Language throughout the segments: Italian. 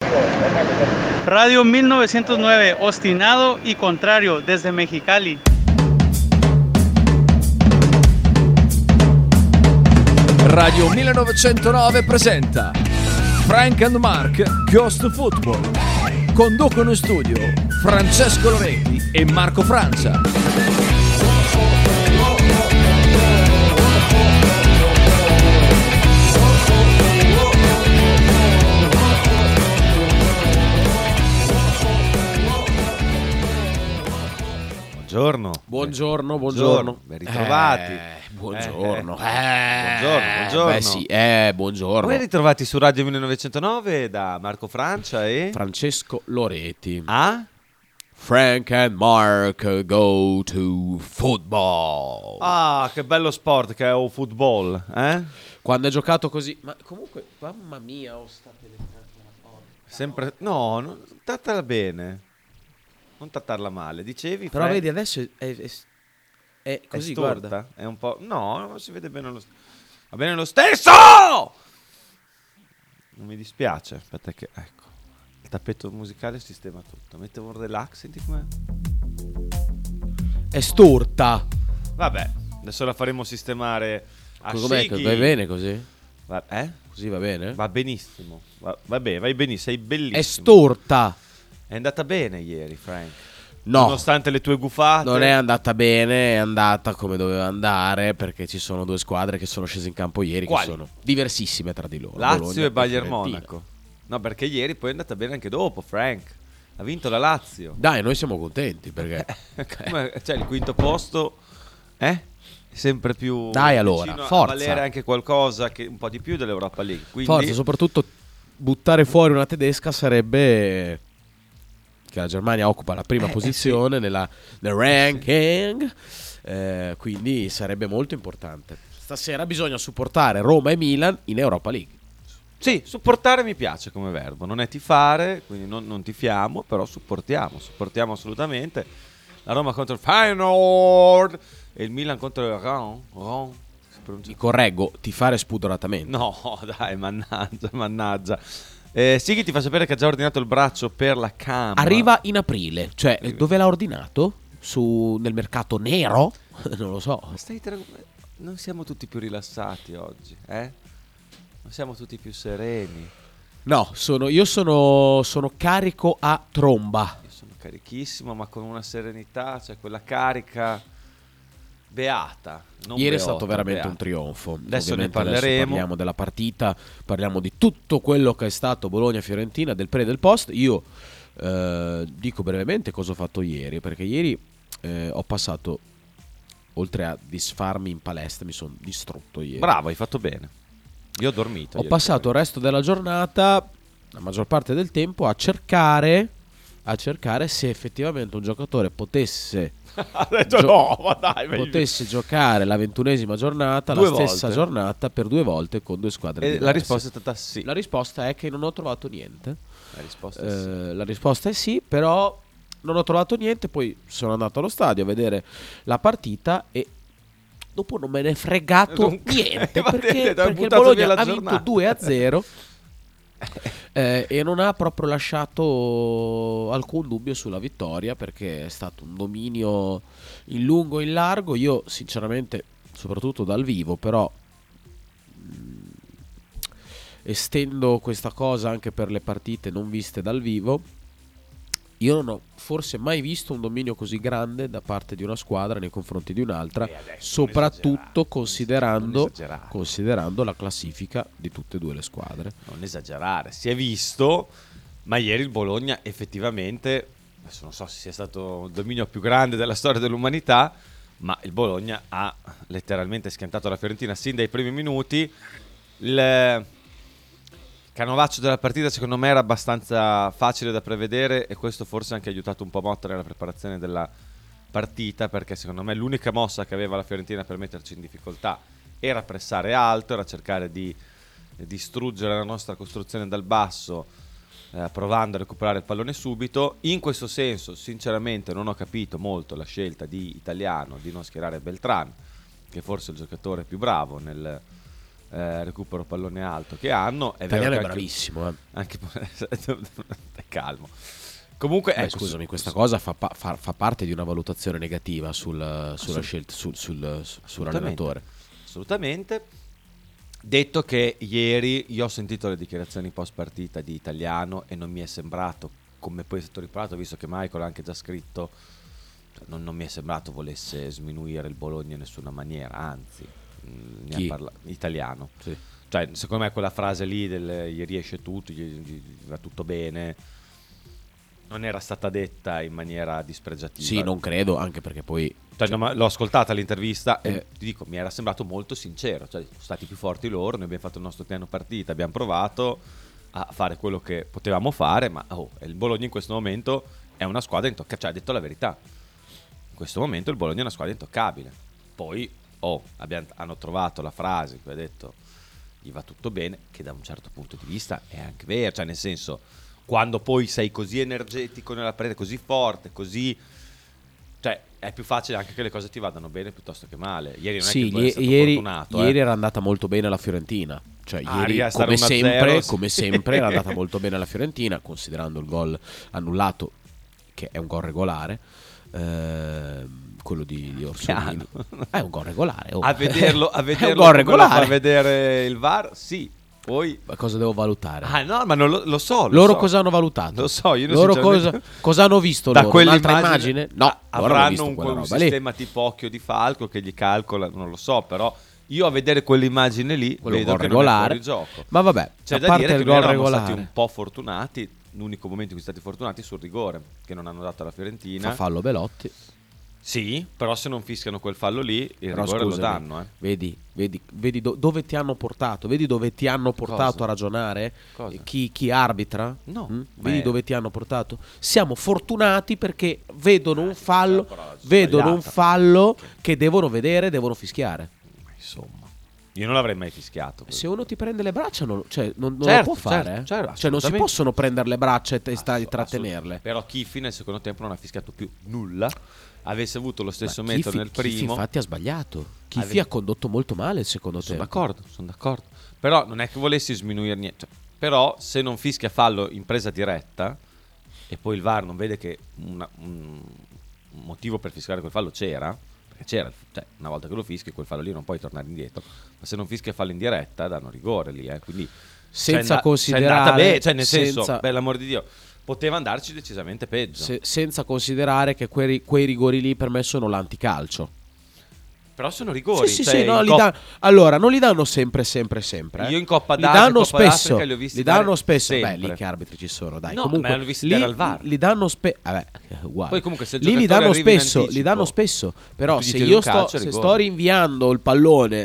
Radio 1909, obstinado y contrario, desde Mexicali. Radio 1909 presenta Frank and Mark Ghost Football. Conducono in studio Francesco Loretti e Marco Francia. Buongiorno. Ben ritrovati. Buongiorno. Buongiorno. Beh sì, buongiorno. Ben ritrovati su Radio 1909 da Marco Francia e Francesco Loretti. Frank and Mark go to football. che bello sport che è il football, Quando è giocato così, ma comunque, mamma mia, sta telefonando la porta. Sempre non trattala bene. Non trattarla male, dicevi? Però Frank? vedi, adesso è così, storta? guarda. È un po'. No, non si vede bene va bene lo stesso! Non mi dispiace, aspetta che ecco. Il tappeto musicale sistema tutto. Mettevo un relax, senti com'è. È storta. Vabbè, adesso la faremo sistemare a Com'è? Shiki. Va bene così? Eh? Così va bene? Va benissimo. Vabbè, vai benissimo, sei bellissimo. È storta. È andata bene ieri, Frank. No, Nonostante le tue gufate. non è andata bene, è andata come doveva andare, perché ci sono due squadre che sono scese in campo ieri. Quali? Che sono diversissime tra di loro. Lazio Bologna e Bayern Fiorentina. Monaco. No, perché ieri poi è andata bene anche dopo, Frank. Ha vinto la Lazio. Dai, noi siamo contenti perché Cioè, il quinto posto è sempre più Dai, allora, vicino forza. a valere anche qualcosa che un po' di più dell'Europa League. Quindi forse, soprattutto buttare fuori una tedesca sarebbe che la Germania occupa la prima posizione nel ranking, quindi sarebbe molto importante. Stasera bisogna supportare Roma e Milan in Europa League. sì, supportare mi piace come verbo. Non è tifare, quindi non tifiamo, però supportiamo assolutamente. La Roma contro il Feyenoord e il Milan contro il Ron. Ti correggo, tifare spudoratamente. No, dai, mannaggia. Sighi ti fa sapere che ha già ordinato il braccio per la cam. Arriva in aprile, cioè dove l'ha ordinato? Nel mercato nero? Non lo so. Non siamo tutti più rilassati oggi, Non siamo tutti più sereni. No, io sono carico a tromba. Io sono carichissimo, ma con una serenità, cioè quella carica beata. Non Ieri è beota, stato veramente beata. un trionfo. Adesso Ovviamente ne parleremo. Parliamo della partita, parliamo di tutto quello che è stato Bologna-Fiorentina, del pre e del post. Io dico brevemente cosa ho fatto ieri, perché ieri ho passato, oltre a disfarmi in palestra, mi sono distrutto ieri. Bravo, hai fatto bene. Io ho dormito. Ho ieri passato il resto della giornata, la maggior parte del tempo, a cercare se effettivamente un giocatore potesse ha detto no, ma dai, potesse giocare la 21esima giornata, Due la stessa volte. giornata per 2 volte con 2 squadre E diverse. la risposta è stata sì. La risposta è che non ho trovato niente. La risposta è sì. La risposta è sì, però non ho trovato niente. Poi sono andato allo stadio a vedere la partita e dopo non me ne è fregato niente va perché, bene, dai, perché il buttato via Bologna la ha vinto giornata. 2-0 e non ha proprio lasciato alcun dubbio sulla vittoria, perché è stato un dominio in lungo e in largo. Io sinceramente, soprattutto dal vivo, però estendo questa cosa anche per le partite non viste dal vivo, io non ho forse mai visto un dominio così grande da parte di una squadra nei confronti di un'altra, soprattutto considerando la classifica di tutte e due le squadre. Non esagerare, si è visto, ma ieri il Bologna effettivamente, adesso non so se sia stato il dominio più grande della storia dell'umanità, ma il Bologna ha letteralmente schiantato la Fiorentina sin dai primi minuti. Il canovaccio della partita secondo me era abbastanza facile da prevedere, e questo forse ha anche aiutato un po' Motta nella preparazione della partita, perché secondo me l'unica mossa che aveva la Fiorentina per metterci in difficoltà era pressare alto, era cercare di distruggere la nostra costruzione dal basso, provando a recuperare il pallone subito. In questo senso sinceramente non ho capito molto la scelta di Italiano di non schierare Beltran, che forse è il giocatore più bravo recupero pallone alto che hanno. È Italiano vero è che bravissimo. anche calmo. Comunque, ecco, Scusami, questa cosa fa parte di una valutazione negativa sulla scelta, sull'allenatore. Assolutamente. Detto che ieri io ho sentito le dichiarazioni post partita di Italiano e non mi è sembrato, come poi è stato riparato, visto che Michael ha anche già scritto, non mi è sembrato volesse sminuire il Bologna in nessuna maniera, anzi ne ha parlato Italiano. Sì. Cioè, secondo me quella frase lì del gli riesce tutto, gli va tutto bene, non era stata detta in maniera dispregiativa. Sì, non credo, anche perché poi... No, ma l'ho ascoltata l'intervista e ti dico, mi era sembrato molto sincero. Cioè, sono stati più forti loro, noi abbiamo fatto il nostro piano partita, abbiamo provato a fare quello che potevamo fare, ma il Bologna in questo momento è una squadra intoccabile. Cioè, ha detto la verità, in questo momento il Bologna è una squadra intoccabile. Poi hanno trovato la frase che ha detto gli va tutto bene, che da un certo punto di vista è anche vero. Cioè, nel senso, quando poi sei così energetico nella partita, così forte, così... Cioè, è più facile anche che le cose ti vadano bene piuttosto che male. Ieri non è che tu sei stato fortunato. Ieri era andata molto bene la Fiorentina. Cioè, ieri, come sempre, era andata molto bene la Fiorentina, considerando il gol annullato, che è un gol regolare. Quello di Orsolini è un gol regolare. A vederlo, è un gol regolare. A vedere il VAR, sì. Poi... Ma cosa devo valutare? Ah no, ma non lo so. Loro cosa hanno valutato? Lo so, io non loro cosa hanno visto da loro? Un'altra immagine? No, avranno un sistema tipo occhio di falco che gli calcola, non lo so, però io a vedere quell'immagine lì vedo che non è fuori gioco. Ma vabbè, c'è a da parte dire il che noi gol eravamo regolare, stati un po' fortunati, l'unico momento in cui siamo stati fortunati sul rigore che non hanno dato alla Fiorentina. Fa fallo Belotti. Sì, però se non fischiano quel fallo lì, il però rigore scusami, lo danno. Vedi dove ti hanno portato? Vedi dove ti hanno portato Cosa? a ragionare? Cosa? Chi arbitra? No. Vedi dove ti hanno portato? Siamo fortunati perché vedono un fallo che devono vedere, devono fischiare. Insomma, io non l'avrei mai fischiato. Se uno ti prende le braccia non lo Certo, può fare. certo, cioè non si possono prendere le braccia e trattenerle. Però Chiffi nel secondo tempo non ha fischiato più nulla. Avesse avuto lo stesso metodo Chiffi, nel primo. Chiffi infatti ha sbagliato. Chiffi ha condotto molto male il secondo tempo. Sono d'accordo. Però non è che volessi sminuire niente. Però se non fischia fallo in presa diretta e poi il VAR non vede che un motivo per fischiare quel fallo c'era, perché c'era, cioè una volta che lo fischi quel fallo lì non puoi tornare indietro, ma se non fischia fallo in diretta danno rigore lì, quindi senza considerare, cioè nel senso, per l'amor di Dio, poteva andarci decisamente peggio. Senza considerare che quei rigori lì per me sono l'anticalcio. Però sono rigori. Sì, no, allora non li danno sempre. Io in Coppa d'Africa, li danno spesso. Li danno spesso. Beh, lì che arbitri ci sono, dai. No, comunque ma l'ho visti al VAR. Li danno spesso. Vabbè, uguale. Poi comunque se il lì li giocatore danno arriva in spesso, anticipo, Però tu se gli tiri io un calcio, se rigore. sto rinviando il pallone,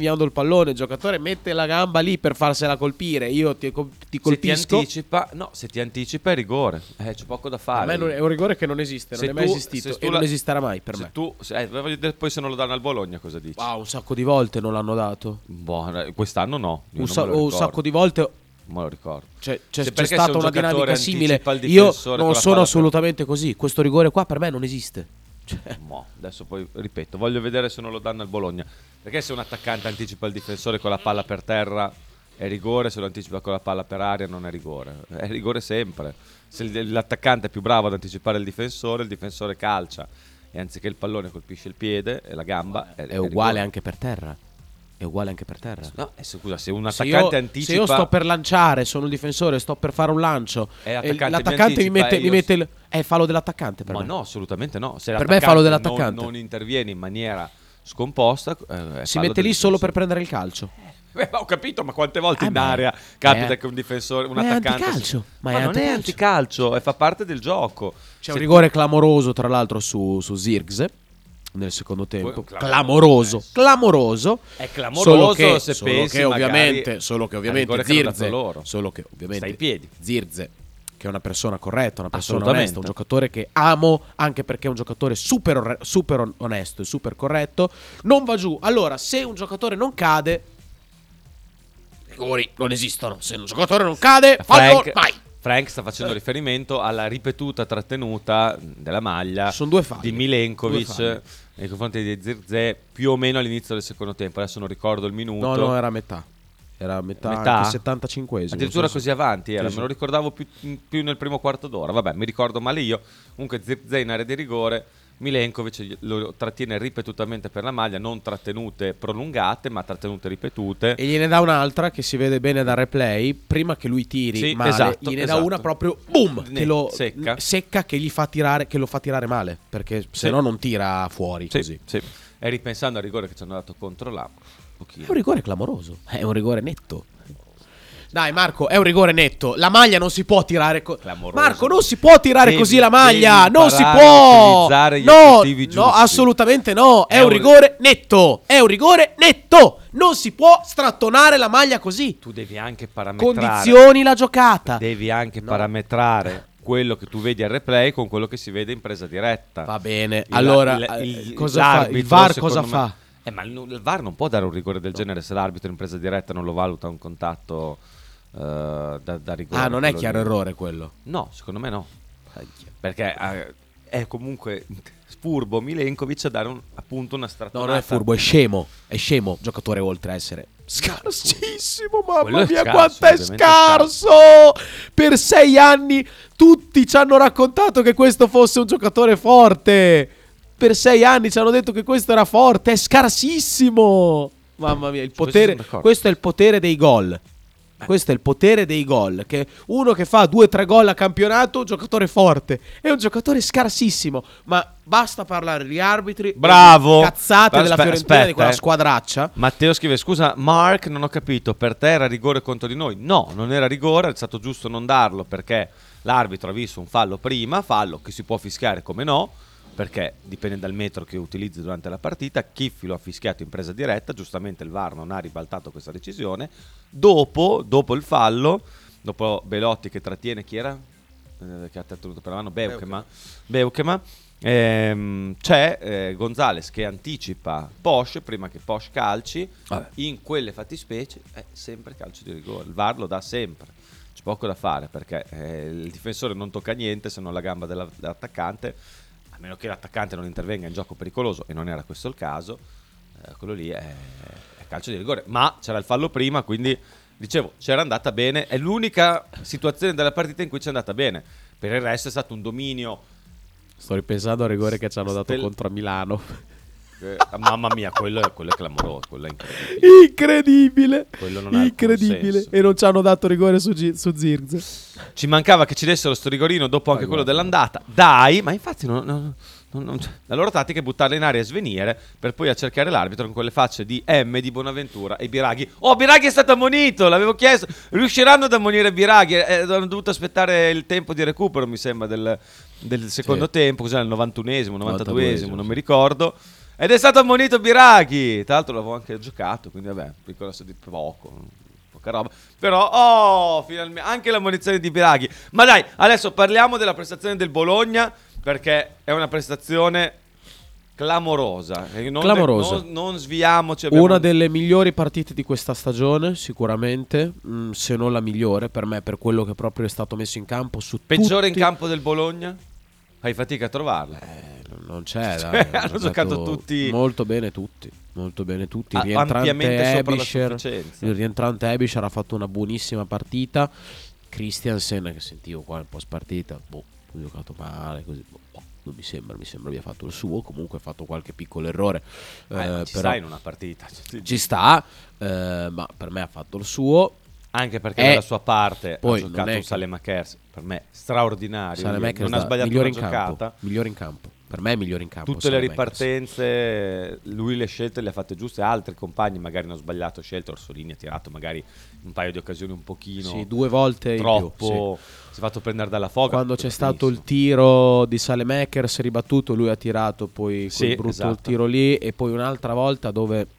il giocatore mette la gamba lì per farsela colpire, io ti colpisco. Se ti anticipa è rigore. C'è poco da fare. A me è un rigore che non esiste, non è mai esistito e non esisterà mai per me. Voglio vedere poi se non lo danno al Bologna cosa dici? Un sacco di volte non l'hanno dato. Quest'anno no. Un sacco di volte. Me lo ricordo. C'è stata una dinamica simile. Io non sono assolutamente così. Questo rigore qua per me non esiste. Adesso poi ripeto, voglio vedere se non lo danno al Bologna. Perché se un attaccante anticipa il difensore con la palla per terra è rigore, se lo anticipa con la palla per aria non è rigore. È rigore sempre. Se l'attaccante è più bravo ad anticipare il difensore calcia. E anziché il pallone colpisce il piede e la gamba è uguale anche per terra. È uguale anche per terra. No, scusa, se un attaccante anticipa. Se io sto per lanciare, sono il difensore, sto per fare un lancio e l'attaccante mi mette è fallo dell'attaccante per me. Ma no, assolutamente no. Se per me è fallo dell'attaccante. Non interviene in maniera scomposta, si mette lì solo per prendere il calcio. Ho capito, ma quante volte in area capita che un difensore, un attaccante. Ma non è anticalcio, fa parte del gioco. C'è un rigore clamoroso, tra l'altro, su Zirkze nel secondo tempo. Clamoroso. È clamoroso se pensi solo che ovviamente Zirkze, che è una persona corretta, una persona onesta, un giocatore che amo, anche perché è un giocatore super onesto e super corretto, non va giù. Allora, se un giocatore non cade, rigori non esistono. Se un giocatore non cade, fallo mai. Frank sta facendo riferimento alla ripetuta trattenuta della maglia di Milenkovic nei confronti di Zirkzee più o meno all'inizio del secondo tempo. Adesso non ricordo il minuto. No, era a metà. Era a metà, Metà? anche 75esimo. Addirittura sì, così avanti era, Sì, me lo ricordavo più nel primo quarto d'ora. Vabbè, mi ricordo male io. Comunque Zirkzee in area di rigore, Milenkovic lo trattiene ripetutamente per la maglia, non trattenute prolungate, ma trattenute ripetute. E gliene dà un'altra che si vede bene dal replay. Prima che lui tiri Sì, male, esatto, gliene esatto. dà una proprio boom, che lo secca. che gli fa tirare, che lo fa tirare male, perché se no non tira fuori Sì, così. sì. E ripensando al rigore che ci hanno dato contro là, un pochino. È un rigore clamoroso, è un rigore netto. Dai Marco, è un rigore netto. La maglia non si può tirare Clamoroso. Marco, non si può tirare Devi- così la maglia. devi Non si imparare a può. utilizzare gli No, aggettivi no, giusti. assolutamente no. È È un un- rigore netto. È un rigore netto. Non si può strattonare la maglia così. Tu devi anche parametrare. Condizioni la giocata. Devi anche No. parametrare quello che tu vedi al replay con quello che si vede in presa diretta. Va bene. Il- allora, cosa fa? l'arbitro, Il VAR secondo cosa me- fa? Ma il VAR non può dare un rigore del genere se l'arbitro in presa diretta non lo valuta un contatto da rigore. Ah, non è quello chiaro lì. errore quello. No, secondo me no. Perché è comunque furbo Milenkovic a dare appunto una No, strattonata. non è furbo, è scemo. È scemo, giocatore oltre a essere scarsissimo, mamma Quello è mia, scarso, quanto è ovviamente scarso! Per 6 anni tutti ci hanno raccontato che questo fosse un giocatore forte. Per 6 anni ci hanno detto che questo era forte, è scarsissimo. Mamma mia, il Su questo potere, sono d'accordo. questo è il potere dei gol. Questo è il potere dei gol. Che uno che fa 2-3 gol a campionato, un giocatore forte. È un giocatore scarsissimo. Ma basta parlare di arbitri. Bravo. Cazzate della Fiorentina, Aspetta, di quella squadraccia. Matteo scrive: scusa Mark, non ho capito, per te era rigore contro di noi? No, non era rigore, è stato giusto non darlo perché l'arbitro ha visto un fallo prima, fallo che si può fischiare come no, perché dipende dal metro che utilizzi durante la partita. Chiffi lo ha fischiato in presa diretta, giustamente il VAR non ha ribaltato questa decisione. Dopo il fallo, dopo Belotti che trattiene, chi era? Che ha trattenuto per la mano? Beukema. C'è Gonzales che anticipa Posch prima che Posch calci. Vabbè. In quelle fattispecie è sempre calcio di rigore, il VAR lo dà sempre, c'è poco da fare perché il difensore non tocca niente se non la gamba dell'attaccante, a meno che l'attaccante non intervenga in gioco pericoloso, e non era questo il caso. Quello lì è calcio di rigore, ma c'era il fallo prima, quindi dicevo c'era andata bene, è l'unica situazione della partita in cui c'è andata bene, per il resto è stato un dominio. Sto ripensando al rigore che ci hanno dato contro Milano. Mamma mia, quello è clamoroso, quello è incredibile. Incredibile. Quello non ha Incredibile. senso. E non ci hanno dato rigore su Zirkzee. Ci mancava che ci dessero sto rigorino dopo anche quello dell'andata. Dai, ma infatti la loro tattica è buttarla in aria e svenire per poi accerchiare l'arbitro con quelle facce di M, di Bonaventura e Biraghi. Oh, Biraghi è stato ammonito, l'avevo chiesto. Riusciranno ad ammonire Biraghi? Hanno dovuto aspettare il tempo di recupero, mi sembra, del secondo tempo, cos'è, il 91esimo, 92esimo, non mi ricordo. Ed è stato ammonito Biraghi. Tra l'altro l'avevo anche giocato, quindi vabbè, piccolo di poca roba. Però, finalmente, anche l'ammonizione di Biraghi. Ma dai, adesso parliamo della prestazione del Bologna, perché è una prestazione clamorosa. Clamorosa. Non sviamoci. Una delle migliori partite di questa stagione, sicuramente, se non la migliore per me, per quello che proprio è stato messo in campo. Peggiore in campo del Bologna? Hai fatica a trovarla? Non c'è, dai, hanno giocato tutti molto bene tutti. Molto bene tutti. Il ampiamente sopra la Ebischer, sufficienza. il rientrante Ebischer ha fatto una buonissima partita. Christiansen, che sentivo qua in post partita, ha giocato male così. Non mi sembra abbia fatto il suo. Comunque ha fatto qualche piccolo errore. Ci però sta in una partita. ci sta, ma per me ha fatto il suo. Anche perché dalla sua parte poi ha giocato non è un Saelemaekers, per me straordinario. Saelemaekers Non ha sbagliato migliore una in giocata. campo, migliore in campo. Per me è migliore in campo. Tutte le Saelemaekers. ripartenze, lui le scelte le ha fatte giuste, altri compagni magari hanno sbagliato scelte. Orsolini ha tirato magari un paio di occasioni un pochino Sì, 2 volte in troppo, più, sì. si è fatto prendere dalla foga. Quando c'è stato il tiro di Saelemaekers ribattuto, lui ha tirato poi quel brutto esatto. tiro lì, e poi un'altra volta dove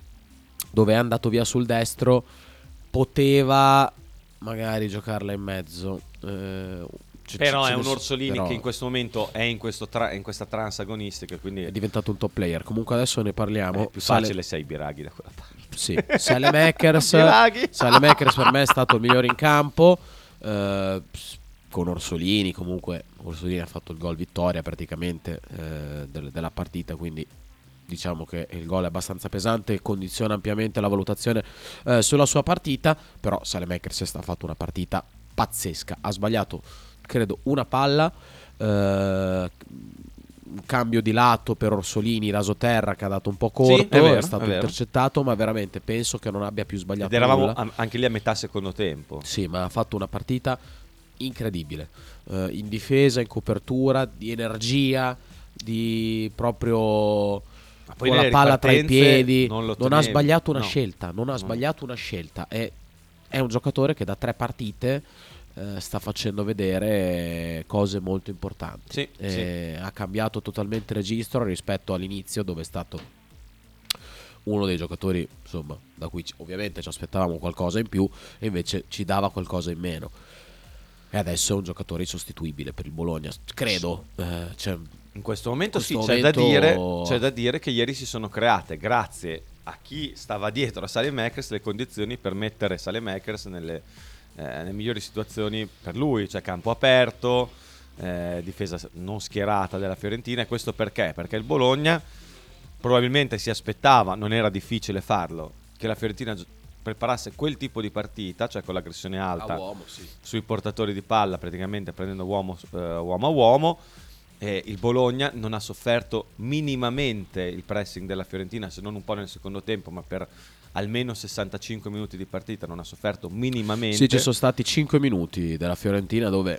è andato via sul destro, poteva magari giocarla in mezzo. Però è un Orsolini però che in questo momento è in questa trance agonistica, quindi è diventato un top player. Comunque adesso ne parliamo. è più facile sei Biraghi da quella parte. Sì, Saelemaekers Biraghi. per me è stato il migliore in campo, con Orsolini. Comunque Orsolini ha fatto il gol vittoria praticamente della partita, quindi diciamo che il gol è abbastanza pesante e condiziona ampiamente la valutazione sulla sua partita. Però Saelemaekers ha fatto una partita pazzesca, ha sbagliato credo una palla, un cambio di lato per Orsolini rasoterra che ha dato un po' corto, Sì, è vero, è stato è vero. intercettato, ma veramente penso che non abbia più sbagliato Ed eravamo nulla. anche lì a metà secondo tempo. Sì, ma ha fatto una partita incredibile, in difesa, in copertura, di energia, di proprio Ma poi con la nelle palla tra i ripartenze piedi, non lo non ha tenevi. sbagliato una No. scelta, non ha No. sbagliato una scelta. È un giocatore che da 3 partite sta facendo vedere cose molto importanti. Sì, sì. Ha cambiato totalmente registro rispetto all'inizio, dove è stato uno dei giocatori, insomma, da cui ovviamente ci aspettavamo qualcosa in più e invece ci dava qualcosa in meno. E adesso è un giocatore insostituibile per il Bologna, credo. Cioè, In questo momento In questo sì, momento- c'è da dire che ieri si sono create, grazie a chi stava dietro a Saelemaekers, le condizioni per mettere Saelemaekers nelle migliori situazioni per lui, cioè campo aperto, difesa non schierata della Fiorentina. E questo perché? Perché il Bologna probabilmente si aspettava, non era difficile farlo, che la Fiorentina preparasse quel tipo di partita, cioè con l'aggressione alta a uomo, sì. sui portatori di palla, praticamente prendendo uomo a uomo. Il Bologna non ha sofferto minimamente il pressing della Fiorentina, se non un po' nel secondo tempo, ma per almeno 65 minuti di partita non ha sofferto minimamente. Sì, ci sono stati 5 minuti della Fiorentina dove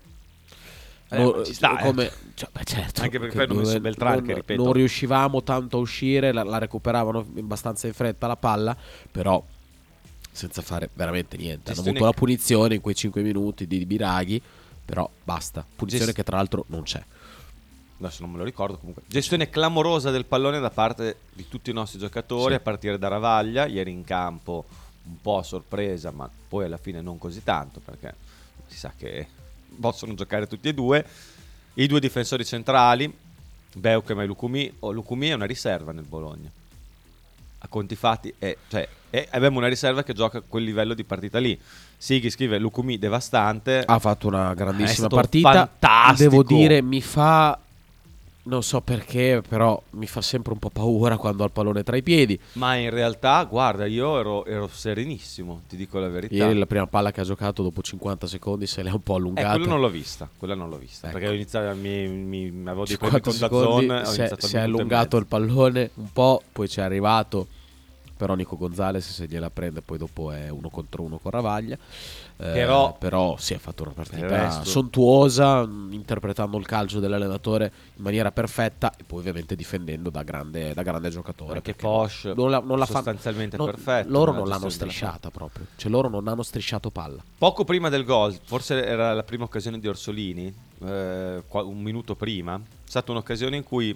ma ci sta, certo, Anche perché poi hanno messo Beltrán, che ripeto, non riuscivamo tanto a uscire, la recuperavano abbastanza in fretta la palla, però senza fare veramente niente. Hanno Gestione- avuto la punizione in quei 5 minuti di Biraghi, però basta. Punizione Gest- che tra l'altro non c'è. adesso non me lo ricordo, comunque gestione clamorosa del pallone da parte di tutti i nostri giocatori, Sì. a partire da Ravaglia, ieri in campo un po' a sorpresa, ma poi alla fine non così tanto, perché si sa che possono giocare tutti e due. I due difensori centrali, Beukem e Lukumi. Lukumi è una riserva nel Bologna, a conti fatti abbiamo una riserva che gioca a quel livello di partita lì. Sighi scrive Lukumi devastante, Ha fatto una È grandissima stato partita. fantastico. Devo dire, mi fa, non so perché, però mi fa sempre un po' paura quando ha il pallone tra i piedi. ma in realtà guarda, io ero serenissimo, ti dico la verità. Ieri la prima palla che ha giocato dopo 50 secondi se l'è un po' allungata. Quella non l'ho vista, Ecco. Perché ho iniziato avevo dei problemi 50 con secondi DAZN, ho si iniziato è al minuto e allungato il mezzo. pallone un po', poi ci è arrivato, però Nico Gonzalez se gliela prende poi dopo è 1 contro 1 con Ravaglia. Però si è fatto una Per il partita resto- sontuosa, interpretando il calcio dell'allenatore in maniera perfetta e poi ovviamente difendendo da grande giocatore, Perché perché Posch non la fanno- sostanzialmente non- perfetto loro nella non l'hanno gestione della strisciata proprio, cioè loro non hanno strisciato palla. Poco prima del gol, forse era la prima occasione di Orsolini, un minuto prima, è stata un'occasione in cui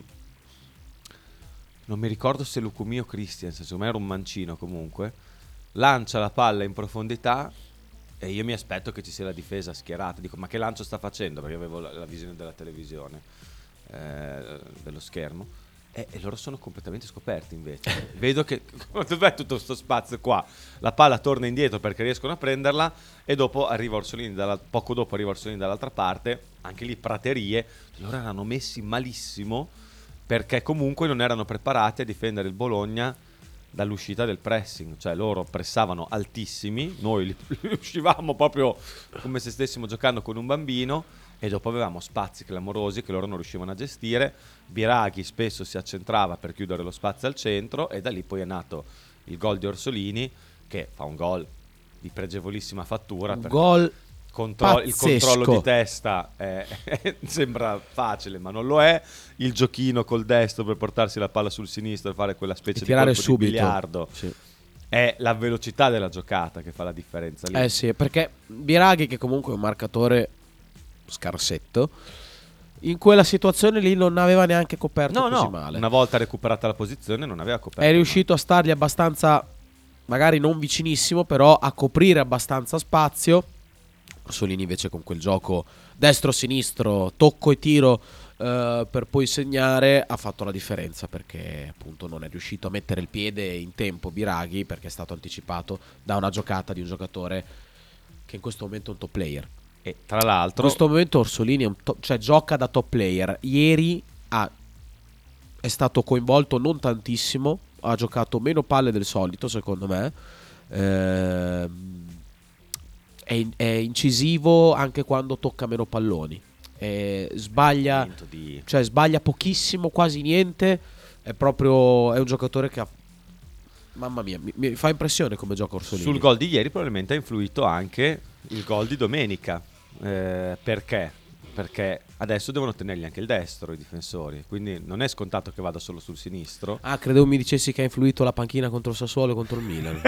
non mi ricordo se Lukumi o Christiansen, secondo me era un mancino comunque, lancia la palla in profondità e io mi aspetto che ci sia la difesa schierata. Dico, ma che lancio sta facendo? Perché avevo la visione della televisione, dello schermo, e loro sono completamente scoperti invece. Vedo che dov'è tutto questo spazio qua? La palla torna indietro perché riescono a prenderla e dopo arriva Orsolini, poco dopo arriva Orsolini dall'altra parte, anche lì praterie. Loro erano messi malissimo perché comunque non erano preparati a difendere il Bologna dall'uscita del pressing, cioè loro pressavano altissimi, noi li uscivamo proprio come se stessimo giocando con un bambino e dopo avevamo spazi clamorosi che loro non riuscivano a gestire. Biraghi spesso si accentrava per chiudere lo spazio al centro e da lì poi è nato il gol di Orsolini, che fa un gol di pregevolissima fattura, Un perché gol il pazzesco. controllo di testa sembra facile, ma non lo è. Il giochino col destro per portarsi la palla sul sinistro e fare quella specie E di tirare colpo subito. di biliardo. Sì. È la velocità della giocata che fa la differenza lì. Sì, perché Biraghi, che comunque è un marcatore scarsetto, in quella situazione lì non aveva neanche coperto No, così no, male. una volta recuperata la posizione non aveva coperto. È riuscito a stargli abbastanza, magari non vicinissimo, però a coprire abbastanza spazio. Orsolini invece con quel gioco destro-sinistro, tocco e tiro per poi segnare, ha fatto la differenza, perché appunto non è riuscito a mettere il piede in tempo Biraghi, perché è stato anticipato da una giocata di un giocatore che in questo momento è un top player. E tra In l'altro questo momento Orsolini è cioè gioca da top player. Ieri è è stato coinvolto non tantissimo, ha giocato meno palle del solito secondo me, è incisivo anche quando tocca meno palloni, sbaglia pochissimo, quasi niente, è un giocatore che ha, mamma mia, mi fa impressione come gioca Orsolini. Sul gol di ieri probabilmente ha influito anche il gol di domenica, perché adesso devono tenergli anche il destro i difensori, quindi non è scontato che vada solo sul sinistro. Ah, credevo mi dicessi che ha influito la panchina contro il Sassuolo e contro il Milan.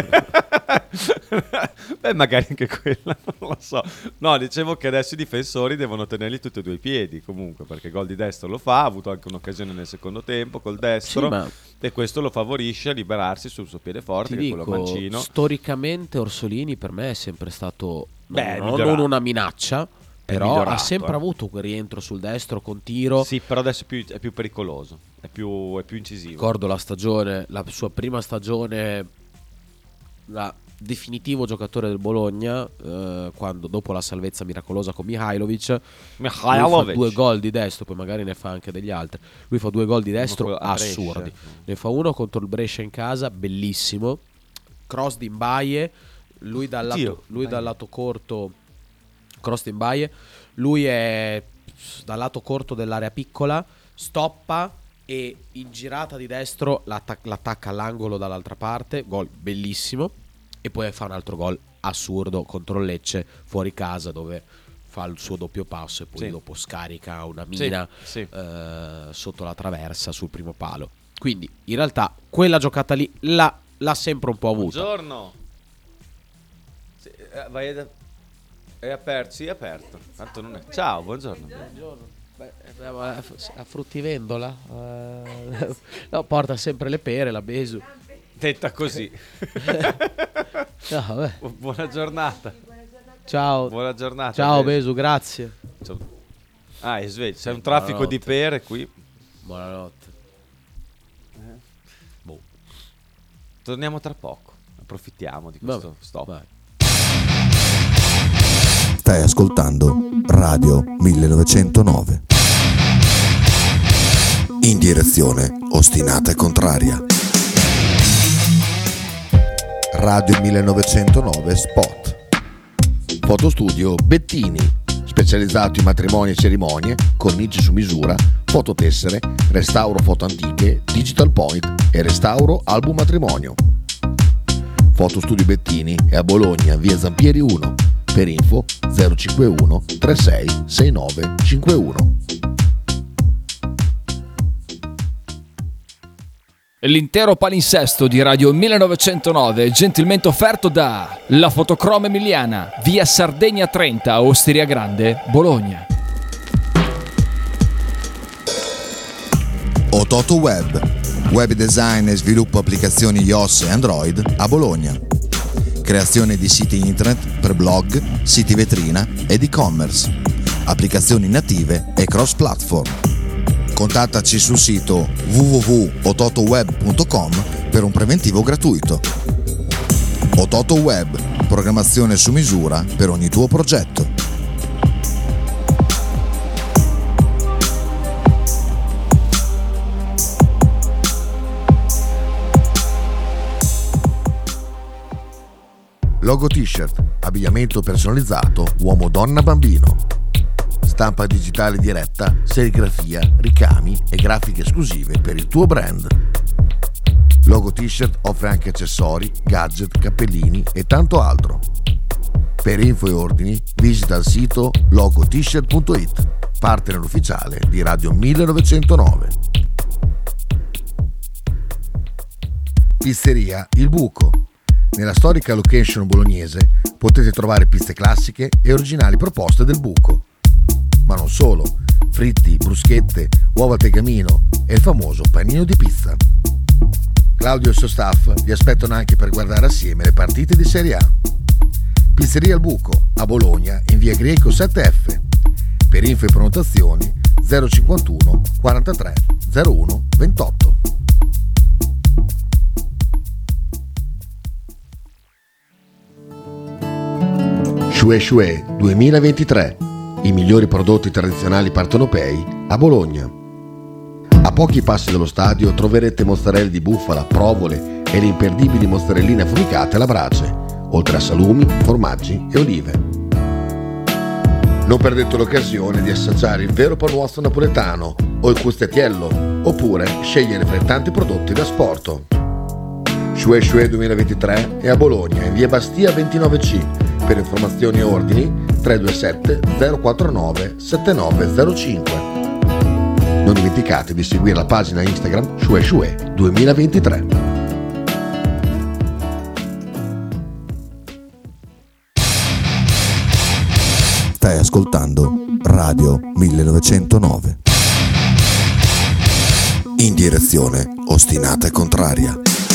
Beh, magari anche quella, non lo so. No, dicevo che adesso i difensori devono tenerli tutti e due i piedi comunque, perché gol di destro lo fa, ha avuto anche un'occasione nel secondo tempo col destro, sì, e questo lo favorisce a liberarsi sul suo piede forte, che è quello mancino. Storicamente Orsolini per me è sempre stato non una minaccia, però migliorato, ha sempre avuto quel rientro sul destro con tiro. Sì, però adesso è più pericoloso, è più incisivo. Ricordo la sua prima stagione, la definitivo giocatore del Bologna, quando dopo la salvezza miracolosa con Mihajlovic, lui fa 2 gol di destro, poi magari ne fa anche degli altri. Lui fa 2 gol di destro assurdi. Ne fa uno contro il Brescia in casa, bellissimo, cross di Mbaye, lui dal lato corto, cross di Mbaye, lui è dal lato corto dell'area piccola, stoppa e in girata di destro l'attacca all'angolo dall'altra parte, gol bellissimo. E poi fa un altro gol assurdo contro il Lecce fuori casa, dove fa il suo doppio passo e poi dopo scarica una mina sotto la traversa sul primo palo. Quindi in realtà quella giocata lì l'ha sempre un po' avuta. Buongiorno. Sì, è aperto? Sì, è aperto. Tanto non è. Ciao, buongiorno. A fruttivendola no, porta sempre le pere, la Besu. Detta così. No, buona giornata. Ciao. Buona giornata. Ciao Besu, grazie. Ah, è sveglio. C'è un traffico di pere qui. Buonanotte. Torniamo tra poco. Approfittiamo di questo stop. Vai. Stai ascoltando Radio 1909. In direzione ostinata e contraria. Radio 1909 Spot. Fotostudio Bettini, specializzato in matrimoni e cerimonie, cornici su misura, fototessere, restauro foto antiche, digital point e restauro album matrimonio. Fotostudio Bettini è a Bologna, via Zampieri 1. Per info 051 36 69 51. L'intero palinsesto di Radio 1909 è gentilmente offerto da La Fotocroma Emiliana, via Sardegna 30, Osteria Grande, Bologna. Ototo Web, web design e sviluppo applicazioni iOS e Android a Bologna. Creazione di siti internet per blog, siti vetrina ed e-commerce, applicazioni native e cross-platform. Contattaci sul sito www.ototoweb.com per un preventivo gratuito. Ototo Web, programmazione su misura per ogni tuo progetto. Logo T-shirt, abbigliamento personalizzato uomo, donna, bambino. Stampa digitale diretta, serigrafia, ricami e grafiche esclusive per il tuo brand. Logo T-shirt offre anche accessori, gadget, cappellini e tanto altro. Per info e ordini visita il sito logotshirt.it, partner ufficiale di Radio 1909. Pizzeria Il Buco. Nella storica location bolognese potete trovare pizze classiche e originali proposte del Buco. Ma non solo, fritti, bruschette, uova al tegamino e il famoso panino di pizza. Claudio e il suo staff vi aspettano anche per guardare assieme le partite di Serie A. Pizzeria Il Buco, a Bologna, in via Greco 7F. Per info e prenotazioni 051 43 01 28. Shue Shue 2023. I migliori prodotti tradizionali partenopei a Bologna. A pochi passi dallo stadio troverete mozzarella di bufala, provole e le imperdibili mozzarelline affumicate alla brace, oltre a salumi, formaggi e olive. Non perdete l'occasione di assaggiare il vero panuozzo napoletano o il custettiello, oppure scegliere fra i tanti prodotti da asporto. Shue Shue 2023 è a Bologna, in via Bastia 29C. Per informazioni e ordini 327 049 7905. Non dimenticate di seguire la pagina Instagram Shue Shue 2023. Stai ascoltando Radio 1909. In direzione ostinata e contraria.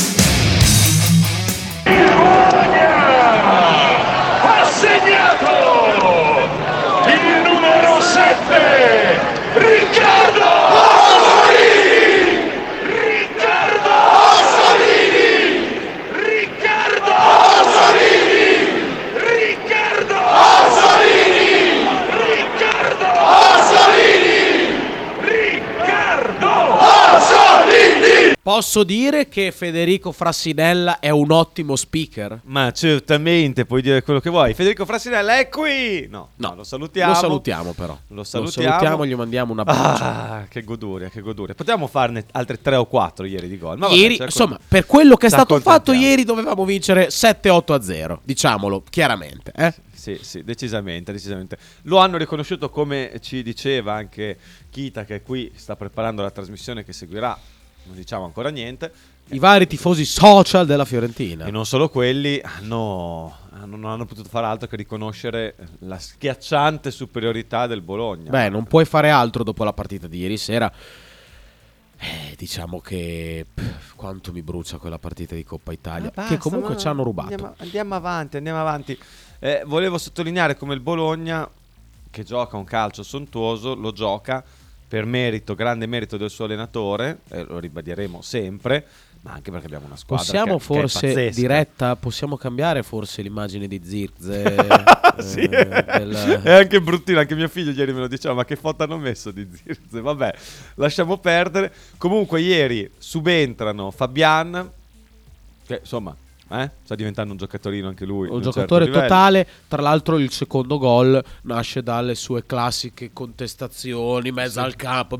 Ha segnato il numero 7 Riccardo Pasolini. Riccardo Pasolini. Riccardo Pasolini. Riccardo Pasolini. Riccardo Pasolini. Riccardo Pasolini. Posso dire che Federico Frassinella è un ottimo speaker? Ma certamente puoi dire quello che vuoi. Federico Frassinella è qui. No, lo salutiamo. Lo salutiamo però. Lo salutiamo, gli mandiamo un abbraccio. Che goduria, che goduria. Potevamo farne altre 3 o 4 ieri di gol. Ma Ieri, vabbè, insomma, per quello che è ci stato fatto accontentiamo. ieri dovevamo vincere 7-8-0, diciamolo chiaramente, Sì, decisamente. Lo hanno riconosciuto, come ci diceva anche Kita, che è qui, sta preparando la trasmissione che seguirà. Non diciamo ancora niente. I vari tifosi social della Fiorentina. E non solo quelli non hanno potuto fare altro che riconoscere la schiacciante superiorità del Bologna. Beh, non puoi fare altro dopo la partita di ieri sera. Diciamo che quanto mi brucia quella partita di Coppa Italia, che comunque ci hanno rubato. Andiamo avanti. Volevo sottolineare come il Bologna, che gioca un calcio sontuoso, lo gioca per merito, grande merito del suo allenatore, lo ribadiremo sempre, ma anche perché abbiamo una squadra possiamo che forse è pazzesca. Diretta, possiamo cambiare forse l'immagine di Zirkzee? Sì, è anche bruttino, anche mio figlio ieri me lo diceva, ma che foto hanno messo di Zirkzee? Vabbè, lasciamo perdere. Comunque ieri subentrano Fabian, che insomma sta diventando un giocatorino anche lui, Un giocatore totale. Tra l'altro il secondo gol nasce dalle sue classiche contestazioni mezzo al campo,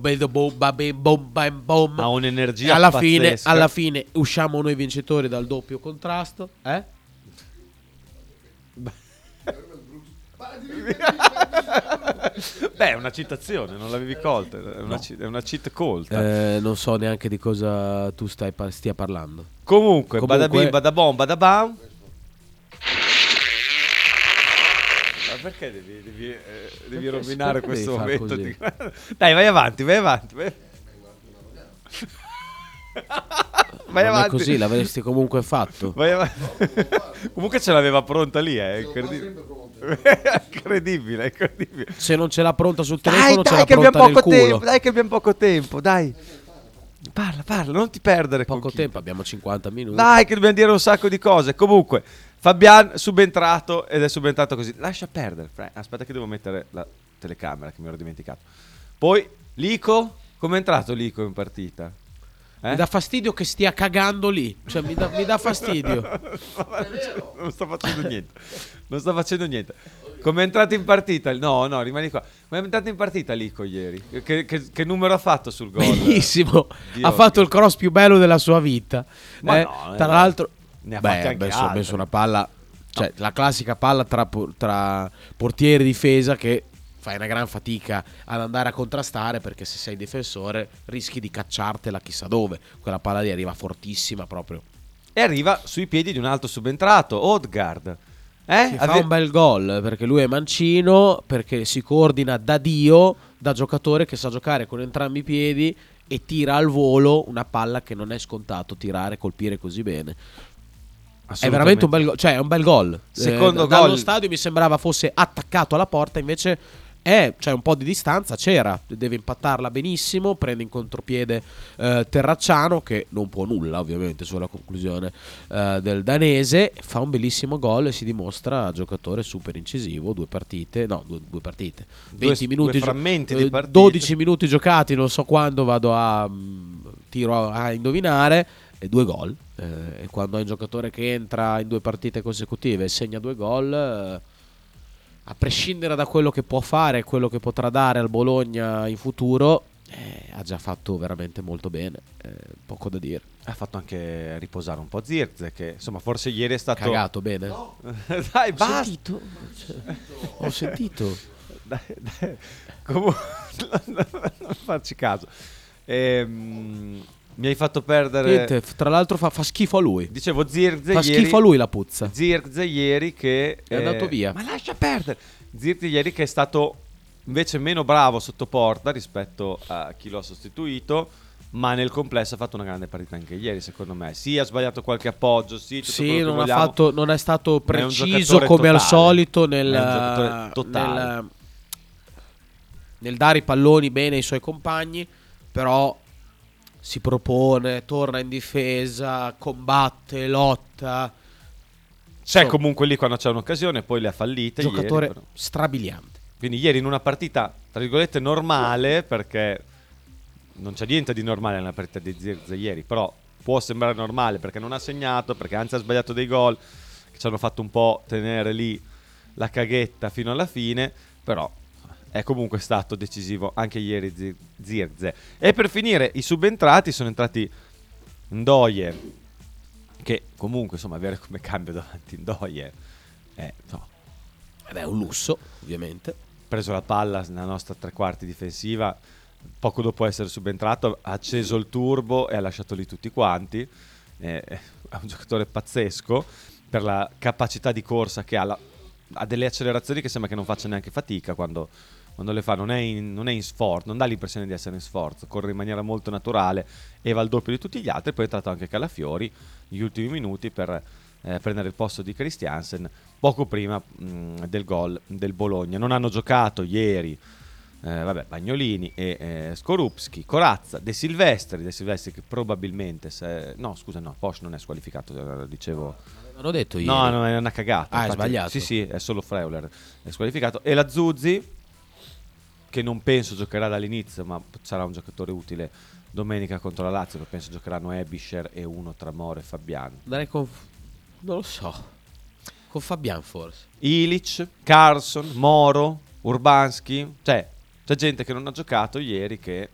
ha un'energia e alla pazzesca. fine usciamo noi vincitori dal doppio contrasto. Beh, è una citazione, non l'avevi colta, è una cheat colta. Non so neanche di cosa tu stia parlando. Comunque, badabim, badabom, badabam. Ma perché devi rovinare questo momento? Dai, vai avanti. Vai Non avanti. è così, l'avresti comunque fatto. Vai avanti. Comunque ce l'aveva pronta lì, è incredibile. incredibile. Se non ce l'ha pronta sul telefono, ce Dai, l'ha che abbiamo pronta nel poco culo. tempo. Dai, che abbiamo poco tempo. Dai, parla, non ti perdere. Poco con chi. tempo, abbiamo 50 minuti. Dai, che dobbiamo dire un sacco di cose. Comunque, Fabian subentrato ed è subentrato così. Lascia perdere. Aspetta che devo mettere la telecamera che mi ero dimenticato. Poi Lico, come è entrato Lico in partita? Mi dà fastidio che stia cagando lì. Cioè mi dà fastidio. Non sta facendo niente. Come è entrato in partita? No, rimani qua. Come è entrato in partita Lico ieri? Che numero ha fatto sul gol? Benissimo. Dio Ha fatto mio. il cross più bello della sua vita. Ma no, tra l'altro, ne ha fatti anche ha altri. messo una palla, cioè la classica palla tra portiere e difesa, che fai una gran fatica ad andare a contrastare, perché se sei difensore rischi di cacciartela chissà dove. Quella palla lì arriva fortissima proprio. E arriva sui piedi di un altro subentrato, Odegaard. Fa un bel gol, perché lui è mancino, perché si coordina da Dio, da giocatore che sa giocare con entrambi i piedi e tira al volo una palla che non è scontato tirare, colpire così bene. È veramente un bel gol, cioè è un bel gol. Secondo Dallo gol. stadio mi sembrava fosse attaccato alla porta, invece Cioè un po' di distanza c'era, deve impattarla benissimo, prende in contropiede Terracciano, che non può nulla ovviamente sulla conclusione del danese, fa un bellissimo gol e si dimostra giocatore super incisivo. 20 minuti, frammenti di partita. 12 minuti giocati, non so quando, vado a tiro a indovinare, e 2 gol. E quando hai un giocatore che entra in 2 partite consecutive e segna 2 gol, a prescindere da quello che può fare e quello che potrà dare al Bologna in futuro, ha già fatto veramente molto bene, poco da dire. Ha fatto anche riposare un po' Zirkzee, che insomma forse ieri è stato Cagato bene. No. Dai, basta. Ho sentito. Dai. Comunque non farci caso. Mi hai fatto perdere. Niente, tra l'altro fa schifo a lui. Dicevo Zirkzee fa ieri. Schifo a lui la puzza. Zirkzee ieri che è andato via. Ma lascia perdere. Zirkzee ieri che è stato invece meno bravo sotto porta rispetto a chi lo ha sostituito, ma nel complesso ha fatto una grande partita anche ieri, secondo me. Sì, ha sbagliato qualche appoggio, sì, non è stato preciso come totale. Al solito nel dare i palloni bene ai suoi compagni, però si propone, torna in difesa, combatte, lotta. C'è comunque lì quando c'è un'occasione, poi le ha fallite. Giocatore ieri, strabiliante. Quindi ieri in una partita, tra virgolette, normale, perché non c'è niente di normale nella partita di Zirkzee ieri, però può sembrare normale perché non ha segnato, perché anzi ha sbagliato dei gol che ci hanno fatto un po' tenere lì la caghetta fino alla fine, però è comunque stato decisivo anche ieri Zirkzee. E per finire, i subentrati sono entrati Ndoye, che comunque insomma avere come cambio davanti Ndoye è un lusso, ovviamente. Ha preso la palla nella nostra tre quarti difensiva, poco dopo essere subentrato ha acceso il turbo e ha lasciato lì tutti quanti. È un giocatore pazzesco per la capacità di corsa che ha, ha delle accelerazioni che sembra che non faccia neanche fatica quando le fa, non è in sforzo, non dà l'impressione di essere in sforzo, corre in maniera molto naturale e va al doppio di tutti gli altri. Poi è entrato anche Calafiori negli ultimi minuti per prendere il posto di Christiansen poco prima del gol del Bologna. Non hanno giocato ieri Bagnolini e Skorupski, Corazza, De Silvestri che probabilmente Posch non è squalificato, dicevo. L'hanno detto ieri. No, è una cagata. È sbagliato. Sì, è solo Freuler è squalificato. E la Zuzzi, che non penso giocherà dall'inizio, ma sarà un giocatore utile domenica contro la Lazio, che penso giocheranno Ebischer e uno tra Moro e Fabiano. Non lo so, con Fabian forse. Ilic, Carlson, Moro, Urbanski, c'è gente che non ha giocato ieri, che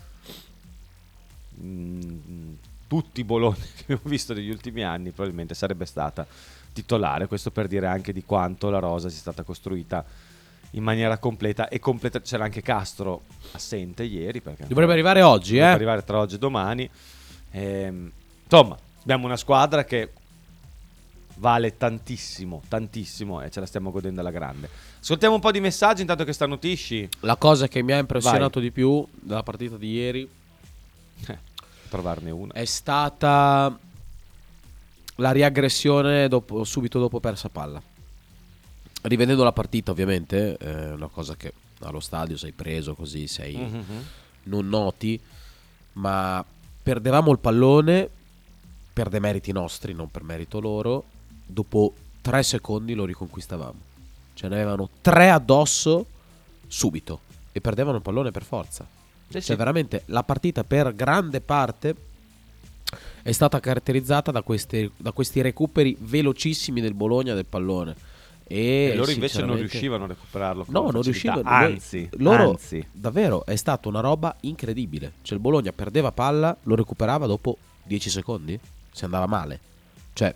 tutti i Bologna che abbiamo visto negli ultimi anni probabilmente sarebbe stata titolare. Questo per dire anche di quanto la rosa sia stata costruita in maniera completa. C'era anche Castro assente ieri, perché dovrebbe arrivare oggi, dovrebbe arrivare tra oggi e domani. Insomma, abbiamo una squadra che vale tantissimo e ce la stiamo godendo alla grande. Ascoltiamo un po' di messaggi intanto che stanno Tisci. La cosa che mi ha impressionato di più della partita di ieri, trovarne una, è stata la riaggressione subito dopo persa palla. Rivedendo la partita, ovviamente, è una cosa che allo stadio sei preso così, non noti, ma perdevamo il pallone per demeriti nostri, non per merito loro. Dopo 3 secondi lo riconquistavamo. Ce ne avevano 3 addosso subito e perdevano il pallone per forza. Cioè veramente la partita per grande parte è stata caratterizzata da questi recuperi velocissimi del Bologna del pallone. E loro invece non riuscivano a recuperarlo. No, non riuscivano. Anzi, davvero è stata una roba incredibile. Cioè il Bologna perdeva palla, lo recuperava dopo 10 secondi, se andava male. Cioè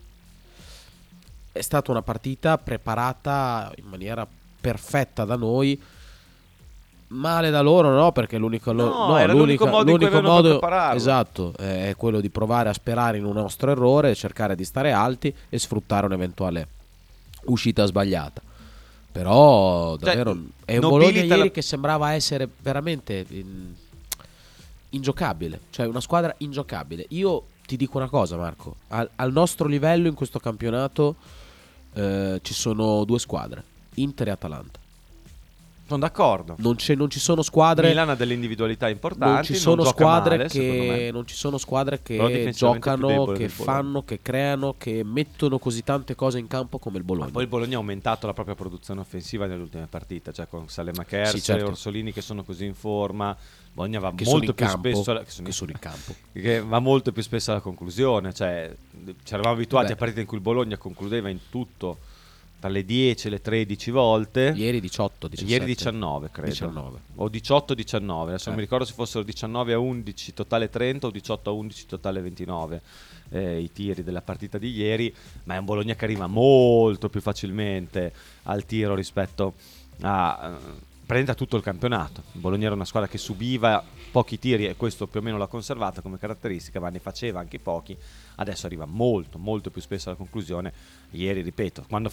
è stata una partita preparata in maniera perfetta da noi, male da loro, no? Perché l'unico modo in cui avevano prepararlo, esatto, è quello di provare a sperare in un nostro errore, cercare di stare alti e sfruttare un'eventuale uscita sbagliata. Però davvero è un Bologna ieri che sembrava essere veramente ingiocabile, cioè una squadra ingiocabile. Io ti dico una cosa, Marco, al nostro livello in questo campionato ci sono 2 squadre, Inter e Atalanta. Sono d'accordo. Non ci sono squadre. Milan ha delle individualità importanti. Non ci sono non gioca squadre male, secondo me. non ci sono squadre Però che difensivamente è più giocano, debole che del Bologna. fanno, che creano, che mettono così tante cose in campo come il Bologna. Ma poi il Bologna ha aumentato la propria produzione offensiva nelle ultime partite, cioè con Saelemaekers Sì, certo. e Orsolini che sono così in forma. Bologna va Che sono molto in più campo, spesso che sono in campo. che va molto più spesso alla conclusione, cioè ci eravamo abituati Beh. a partite in cui il Bologna concludeva in tutto tra le 10 e le 13 volte. Ieri 18, 17. Ieri 19 credo 19. o 18-19, adesso non mi ricordo se fossero 19-11 totale 30 o 18-11 totale 29 i tiri della partita di ieri, ma è un Bologna che arriva molto più facilmente al tiro rispetto a prende tutto il campionato. Il Bologna era una squadra che subiva pochi tiri e questo più o meno l'ha conservata come caratteristica, ma ne faceva anche pochi. Adesso arriva molto molto più spesso alla conclusione. Ieri, ripeto, quando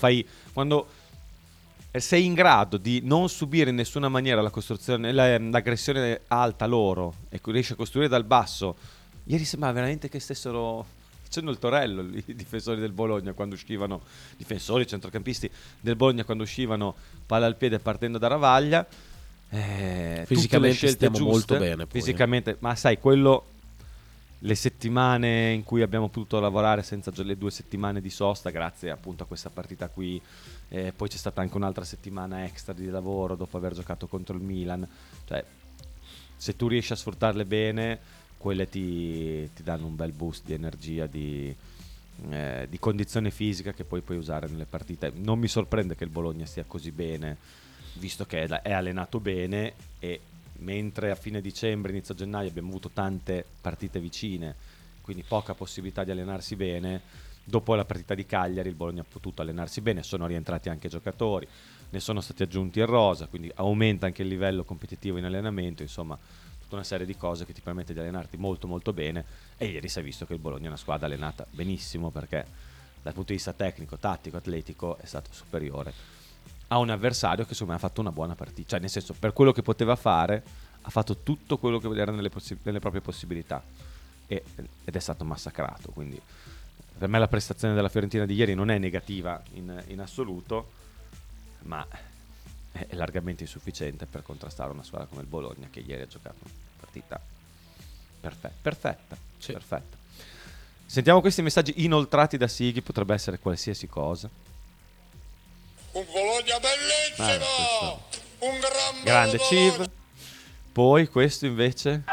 sei in grado di non subire in nessuna maniera la costruzione, l'aggressione alta loro e riesci a costruire dal basso, ieri sembrava veramente che stessero facendo il torello i difensori del Bologna quando uscivano, difensori, centrocampisti del Bologna quando uscivano palla al piede partendo da Ravaglia. Fisicamente stiamo molto bene poi, fisicamente, ma sai, quello, le settimane in cui abbiamo potuto lavorare senza le 2 settimane di sosta grazie appunto a questa partita qui, poi c'è stata anche un'altra settimana extra di lavoro dopo aver giocato contro il Milan, cioè se tu riesci a sfruttarle bene quelle ti danno un bel boost di energia, di condizione fisica che poi puoi usare nelle partite. Non mi sorprende che il Bologna stia così bene, visto che è allenato bene, e mentre a fine dicembre, inizio gennaio abbiamo avuto tante partite vicine, quindi poca possibilità di allenarsi bene, dopo la partita di Cagliari il Bologna ha potuto allenarsi bene, sono rientrati anche giocatori, ne sono stati aggiunti il rosa, quindi aumenta anche il livello competitivo in allenamento, insomma tutta una serie di cose che ti permette di allenarti molto molto bene. E ieri si è visto che il Bologna è una squadra allenata benissimo, perché dal punto di vista tecnico, tattico, atletico è stato superiore a un avversario che secondo me ha fatto una buona partita, cioè nel senso, per quello che poteva fare ha fatto tutto quello che era nelle proprie possibilità ed è stato massacrato. Quindi per me la prestazione della Fiorentina di ieri non è negativa in assoluto, ma è largamente insufficiente per contrastare una squadra come il Bologna, che ieri ha giocato una partita perfetta. Sì. Perfetta. Sentiamo questi messaggi inoltrati da Sighi, potrebbe essere qualsiasi cosa. Un Bologna bellissimo! Un gran Grande bello Civ. Bologna! Poi questo invece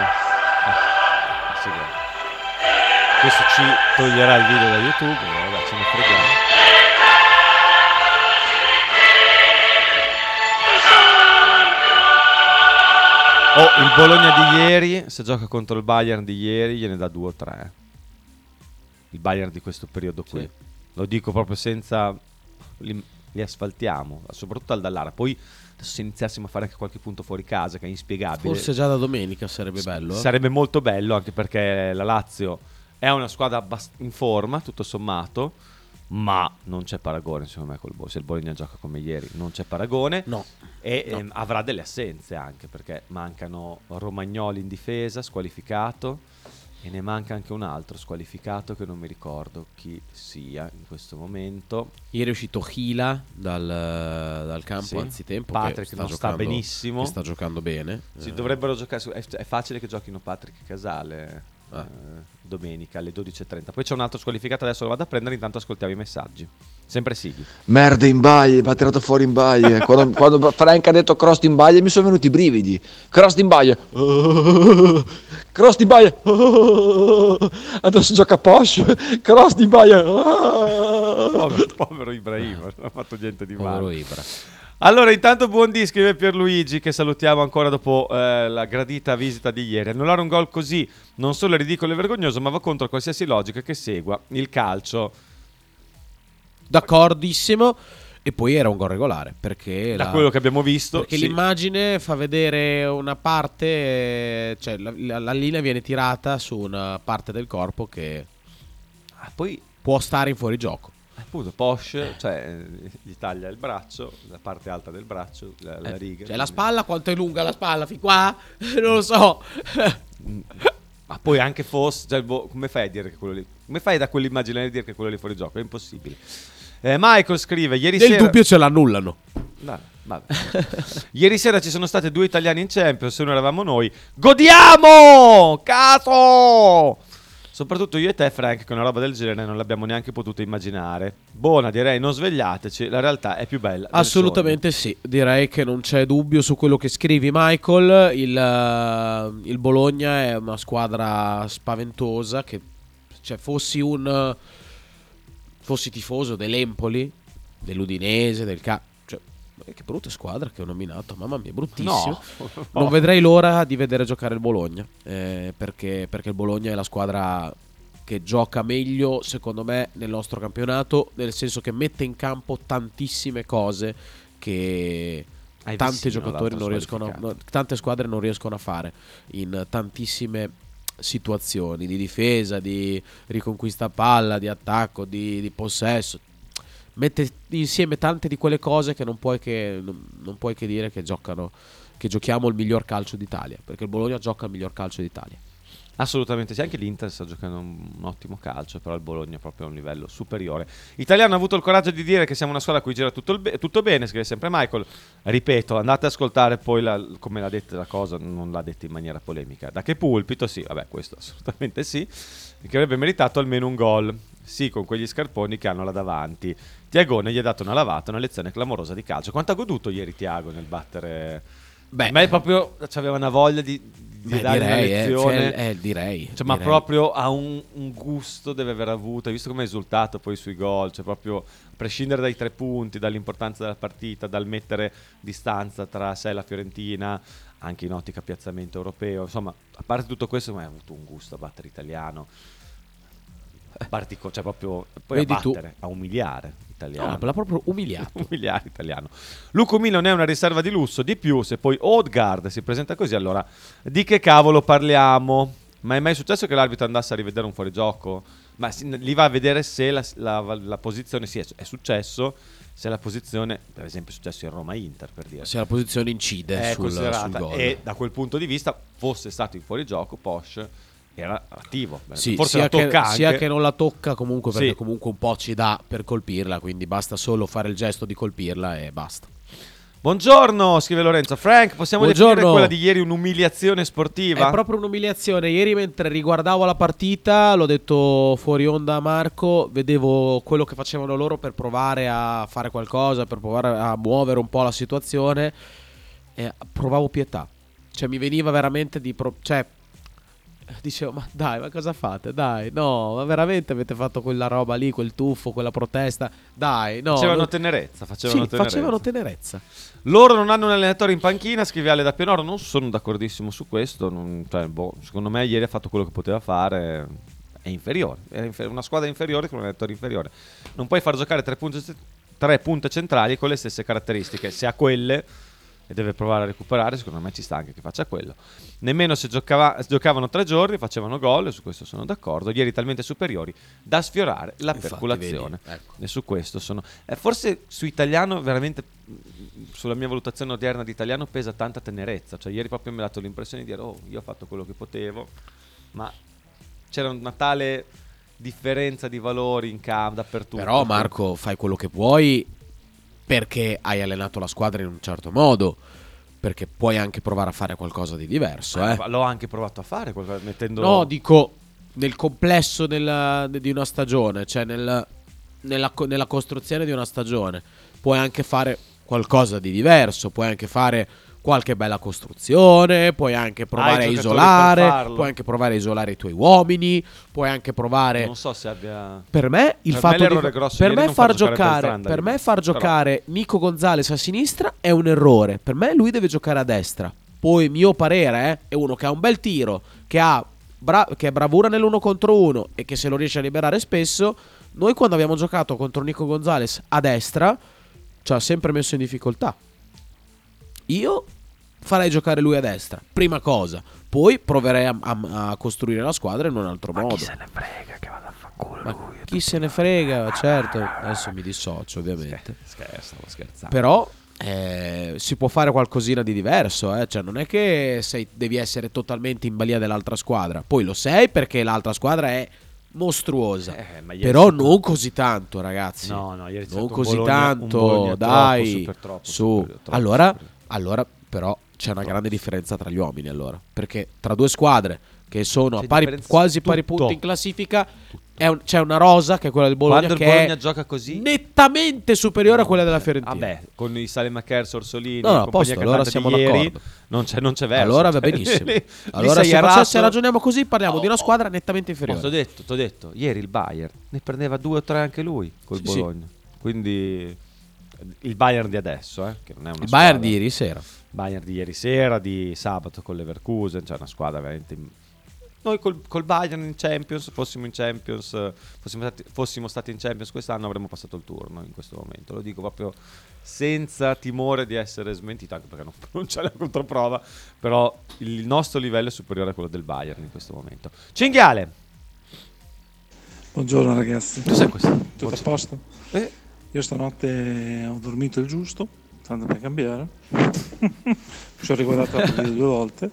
sì, questo ci toglierà il video da YouTube, vabbè, ce ne freghiamo. Il Bologna di ieri, se gioca contro il Bayern di ieri, gliene dà 2 o 3. Il Bayern di questo periodo qui. Sì. Lo dico proprio senza... Li asfaltiamo, soprattutto al Dallara. Poi adesso se iniziassimo a fare anche qualche punto fuori casa, che è inspiegabile, Forse già da domenica sarebbe bello. sarebbe molto bello, anche perché la Lazio è una squadra in forma tutto sommato, ma non c'è paragone secondo me col Bologna. Se il Bologna gioca come ieri non c'è paragone. No. E avrà delle assenze anche, perché mancano Romagnoli in difesa, squalificato, e ne manca anche un altro squalificato che non mi ricordo chi sia in questo momento. Ieri è uscito Hila dal campo, Sì. anzitempo. Patrick che non sta benissimo. Che sta giocando bene. Si dovrebbero giocare è facile che giochino Patrick e Casale domenica alle 12:30. Poi c'è un altro squalificato, adesso lo vado a prendere, intanto ascoltiamo i messaggi. Sempre Sighi. Merda in baglie, mi ha tirato fuori in baglie. Quando Frank ha detto cross in baglie mi sono venuti i brividi. Cross in baglie. Cross in baglie. Adesso gioca Porsche. Cross in baglie. Povero Ibrahim, non ha fatto niente di male. Povero Ibra. Allora, intanto buondì, scrive Pierluigi, che salutiamo ancora dopo la gradita visita di ieri. Annullare un gol così non solo è ridicolo e vergognoso, ma va contro qualsiasi logica che segua il calcio. D'accordissimo. E poi era un gol regolare, perché Da quello che abbiamo visto, perché sì. l'immagine fa vedere una parte, cioè la linea viene tirata su una parte del corpo che Poi può stare in fuorigioco. appunto Porsche, cioè gli taglia il braccio, la parte alta del braccio, la riga. Cioè la spalla, quanto è lunga la spalla? Fin qua? Non lo so. Ma poi anche fosse, cioè, come fai a dire che quello lì? Come fai da quell'immagine a dire che quello lì fuori gioco? È impossibile. Michael scrive ieri Nel sera. dubbio ce l'annullano. No. Vabbè. Ieri sera ci sono state 2 italiani in Champions, uno eravamo noi. Godiamo! Caso! Soprattutto io e te, Frank, che una roba del genere non l'abbiamo neanche potuto immaginare. Buona, direi, non svegliateci, la realtà è più bella. Assolutamente sì, direi che non c'è dubbio su quello che scrivi, Michael. Il Bologna è una squadra spaventosa, che cioè fossi tifoso dell'Empoli, dell'Udinese, cioè, che brutta squadra che ho nominato, mamma mia, bruttissimo. No. Non vedrei l'ora di vedere giocare il Bologna, perché il Bologna è la squadra che gioca meglio, secondo me, nel nostro campionato, nel senso che mette in campo tantissime cose che tanti giocatori non riescono, tante squadre non riescono a fare in tantissime situazioni di difesa, di riconquista palla, di attacco, di possesso. Mette insieme tante di quelle cose che non puoi che dire che giochiamo il miglior calcio d'Italia, perché il Bologna gioca il miglior calcio d'Italia. Assolutamente sì, anche l'Inter sta giocando un ottimo calcio, però il Bologna è proprio a un livello superiore. Italiano ha avuto il coraggio di dire che siamo una squadra a cui gira tutto bene, scrive sempre Michael. Ripeto, andate ad ascoltare poi come l'ha detta la cosa, non l'ha detta in maniera polemica. Da che pulpito? Sì, vabbè, questo assolutamente sì, che avrebbe meritato almeno un gol. Sì, con quegli scarponi che hanno là davanti. Tiagone gli ha dato una lavata, una lezione clamorosa di calcio. Quanto ha goduto ieri Tiago nel battere? Beh, ma è proprio, c'aveva una voglia di dare una lezione. Direi. Ma proprio ha un gusto deve aver avuto. Hai visto come è esultato poi sui gol? Cioè proprio a prescindere dai 3 punti, dall'importanza della partita, dal mettere distanza tra sé e la Fiorentina, anche in ottica piazzamento europeo. Insomma, a parte tutto questo, ma ha avuto un gusto a battere Italiano. Cioè proprio poi Vedi a battere, a umiliare Italiano. L'ha proprio umiliato. Umiliare Italiano. Lucu non è una riserva di lusso, di più se poi Odegaard si presenta così, allora di che cavolo parliamo? Ma è mai successo che l'arbitro andasse a rivedere un fuorigioco? Ma li va a vedere se la posizione è successo, se la posizione, per esempio è successo in Roma-Inter, per dire, se la posizione incide sul gol. E da quel punto di vista fosse stato in fuorigioco, Posch era attivo, sì, forse la tocca anche. Sia che non la tocca comunque, perché comunque un po' ci dà per colpirla, quindi basta solo fare il gesto di colpirla e basta. Buongiorno, scrive Lorenzo. Frank, possiamo definire quella di ieri un'umiliazione sportiva? È proprio un'umiliazione. Ieri mentre riguardavo la partita, l'ho detto fuori onda a Marco, vedevo quello che facevano loro per provare a fare qualcosa, per provare a muovere un po' la situazione, e provavo pietà. Cioè mi veniva veramente dicevo, ma cosa fate? Dai, no, ma veramente avete fatto quella roba lì, quel tuffo, quella protesta? Dai, no. Facevano tenerezza. Loro non hanno un allenatore in panchina, scrive Ale da Pianoro. Non sono d'accordissimo su questo. Secondo me ieri ha fatto quello che poteva fare. È inferiore. È una squadra inferiore con un allenatore inferiore. Non puoi far giocare 3 punte centrali con le stesse caratteristiche. Se ha quelle e deve provare a recuperare, secondo me ci sta anche che faccia quello. Nemmeno se giocavano 3 giorni facevano gol, e su questo sono d'accordo. Ieri talmente superiori da sfiorare la percolazione. Ecco. E su questo sono forse su Italiano veramente, sulla mia valutazione odierna di Italiano, pesa tanta tenerezza. Cioè ieri proprio mi ha dato l'impressione di dire io ho fatto quello che potevo, ma c'era una tale differenza di valori in campo dappertutto. Però Marco, fai quello che puoi perché hai allenato la squadra in un certo modo, perché puoi anche provare a fare qualcosa di diverso. L'ho anche provato a fare, mettendo... No, dico nel complesso di una stagione, cioè nella costruzione di una stagione puoi anche fare qualcosa di diverso, puoi anche fare qualche bella costruzione, puoi anche provare a isolare i tuoi uomini, puoi anche provare. Non so se abbia. Per me far giocare Nico Gonzalez a sinistra è un errore. Per me lui deve giocare a destra. Poi mio parere è uno che ha un bel tiro, che è bravura nell'1 contro 1 e che se lo riesce a liberare spesso. Noi quando abbiamo giocato contro Nico Gonzalez a destra ci ha sempre messo in difficoltà. Io farei giocare lui a destra, prima cosa. Poi proverei a costruire la squadra in un altro modo. Chi se ne frega che vada a fanculo lui. Chi se ne frega, certo. Adesso mi dissocio, ovviamente. Stavo scherzando. Però si può fare qualcosina di diverso, Cioè non è che devi essere totalmente in balia dell'altra squadra. Poi lo sei perché l'altra squadra è mostruosa. Ma ieri Però è stato- non così tanto, ragazzi. No, ieri è stato non un così Bologna- un tanto, Bologna dai. troppo su. superiore, troppo allora, superiore. però c'è una grande differenza tra gli uomini, allora, perché tra due squadre che sono C'è a pari, differenza quasi su pari tutto. punti in classifica, c'è una rosa che è quella del Bologna, Quando il che Bologna è gioca così, nettamente superiore a quella della Fiorentina. vabbè, con i Salemaker, Orsolini, No, no, a compagnia posto, allora cantante siamo di ieri, d'accordo. non c'è verso. Allora va Cioè, benissimo. lì Allora sei se errato. ragioniamo così, parliamo di una squadra nettamente inferiore. T'ho detto, ieri il Bayern ne prendeva 2 o 3 anche lui col Sì, Bologna. Quindi il Bayern di adesso, che non è una Il squadra. Bayern di ieri sera. Bayern di ieri sera, di sabato con l'Leverkusen, cioè una squadra veramente. Noi col Bayern in Champions, fossimo stati in Champions quest'anno, avremmo passato il turno in questo momento. Lo dico proprio senza timore di essere smentito, anche perché non c'è la controprova, però il nostro livello è superiore a quello del Bayern in questo momento. Cinghiale! Buongiorno ragazzi. Cos'è questo? Tutto a posto? Io stanotte ho dormito il giusto, tanto per cambiare. Mi sono riguardato la partita 2 volte.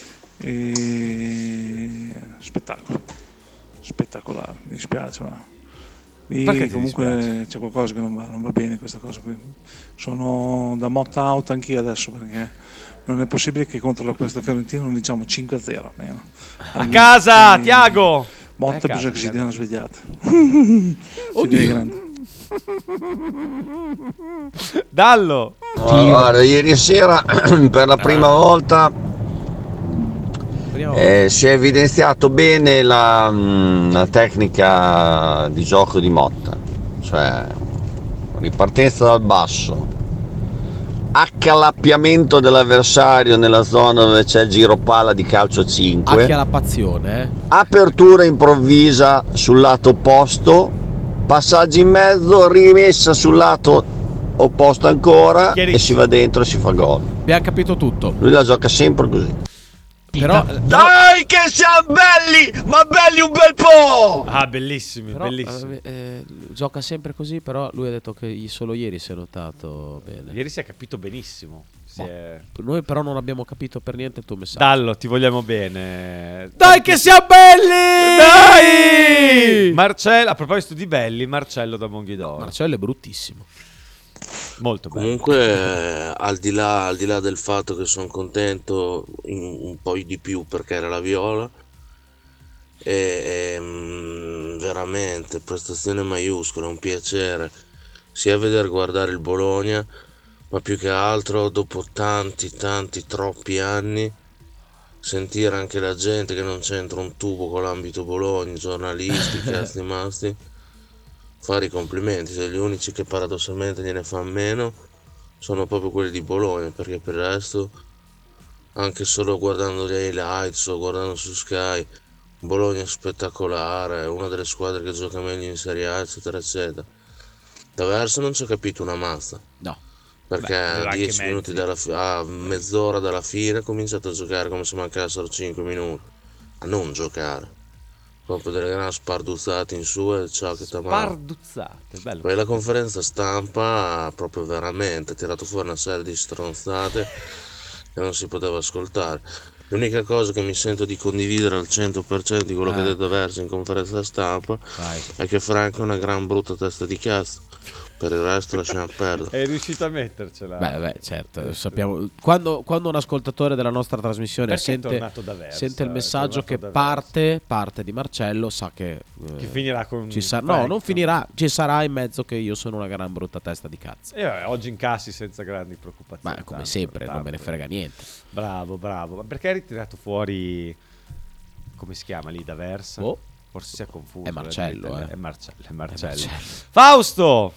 E... spettacolare, mi dispiace, ma Perché ti comunque dispiace? c'è qualcosa che non va bene questa cosa qui. Sono da Motta out anch'io adesso, perché non è possibile che contro questa Fiorentina non diciamo 5-0 almeno. A casa, Quindi Tiago! Motta A casa, bisogna che si Tiago. diano svegliate. Si dice grande. Dallo! Guarda, ieri sera per la prima volta si è evidenziato bene la tecnica di gioco di Motta, cioè ripartenza dal basso, accalappiamento dell'avversario nella zona dove c'è il giro palla di calcio 5, Anche alla pazione, apertura improvvisa sul lato opposto, passaggi in mezzo, rimessa sul lato opposto ancora e si va dentro e si fa gol. Abbiamo capito tutto. Lui la gioca sempre così. Però Dai che siamo belli, ma belli un bel po'! Ah, bellissimi, Però, bellissimi. gioca sempre così, però lui ha detto che solo ieri si è notato bene. Ieri si è capito benissimo. Noi però non abbiamo capito per niente il tuo messaggio. Dallo, ti vogliamo bene. Dai che siamo belli! Dai! Marcello, a proposito di belli, Marcello da Monghidoro. Marcello è bruttissimo. Molto bello. Comunque, al di là del fatto che sono contento un po' di più perché era la Viola, veramente prestazione maiuscola, un piacere sia vedere guardare il Bologna, ma più che altro dopo tanti, troppi anni sentire anche la gente che non c'entra un tubo con l'ambito Bologna, giornalisti, cazzi masti, fare i complimenti. Se gli unici che paradossalmente gliene fanno meno sono proprio quelli di Bologna, perché per il resto, anche solo guardando gli highlights o guardando su Sky, Bologna è spettacolare, è una delle squadre che gioca meglio in Serie A, eccetera eccetera. Da Verso non ci ho capito una mazza. No. Perché a 10 minuti a mezz'ora dalla fine ha cominciato a giocare come se mancassero 5 minuti. A non giocare. Proprio delle grandi sparduzzate in su e ciao che t'amavo. Sparduzzate, bello. Poi la conferenza stampa proprio veramente ha tirato fuori una serie di stronzate che non si poteva ascoltare. L'unica cosa che mi sento di condividere al 100% di quello che ha detto Verso in conferenza stampa è che Franco è una gran brutta testa di cazzo. Per il resto lasciamo perdere. È riuscito a mettercela. Beh, certo, sappiamo. Quando un ascoltatore della nostra trasmissione Perché è sente tornato da Verso, il è messaggio che tornato da parte di Marcello, sa che finirà con ci sarà. Frank. No, non finirà, ci sarà in mezzo che io sono una gran brutta testa di cazzo. E vabbè, oggi incassi senza grandi preoccupazioni. Ma come sempre, non me ne frega niente. Bravo. Ma perché hai ritirato fuori, come si chiama lì, da Verso? Forse si è confuso. È Marcello, È Marcello. Fausto!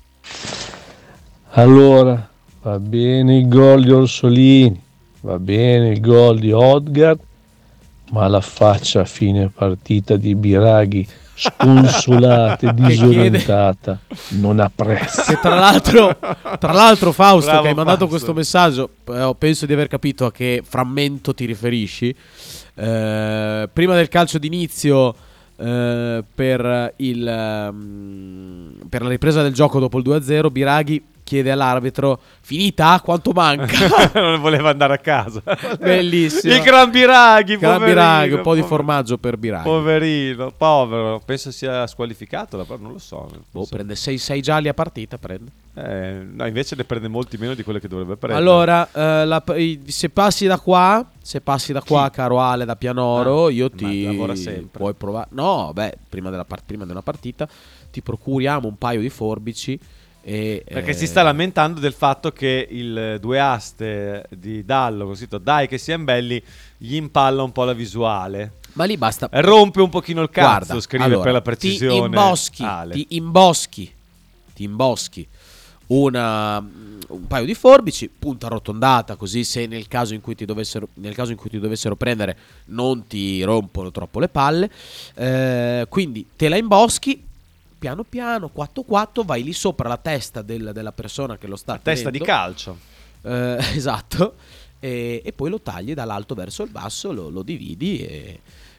Allora, va bene il gol di Orsolini, va bene il gol di Odgaard, ma la faccia a fine partita di Biraghi sconsolata e disorientata non apprezza. Che tra l'altro Fausto, Bravo che hai mandato Fausto. questo messaggio, penso di aver capito a che frammento ti riferisci. Prima del calcio d'inizio, per la ripresa del gioco dopo il 2-0, Biraghi chiede all'arbitro: finita? Quanto manca? Non voleva andare a casa. Bellissimo. Il Gran Biraghi, un po' di formaggio per Biraghi. Poverino, povero. Penso sia squalificato, però non lo so. Prende 6 gialli a partita, prende. No, invece ne prende molti meno di quello che dovrebbe prendere. Allora, se passi da qua, caro Ale da Pianoro, io ti lavora sempre. Puoi provare. No, prima di una partita ti procuriamo un paio di forbici. Perché si sta lamentando del fatto che il 2 aste di Dallo, così dai che siamo belli, gli impalla un po' la visuale. Ma lì basta. Rompe un pochino il cazzo. Guarda, scrive allora, per la precisione. Ti imboschi un paio di forbici, punta arrotondata, così se nel caso in cui ti dovessero prendere non ti rompono troppo le palle. Quindi te la imboschi. Piano piano, 4-4, vai lì sopra la testa della persona che lo sta tenendo. Testa di calcio. Esatto. E poi lo tagli dall'alto verso il basso, lo dividi e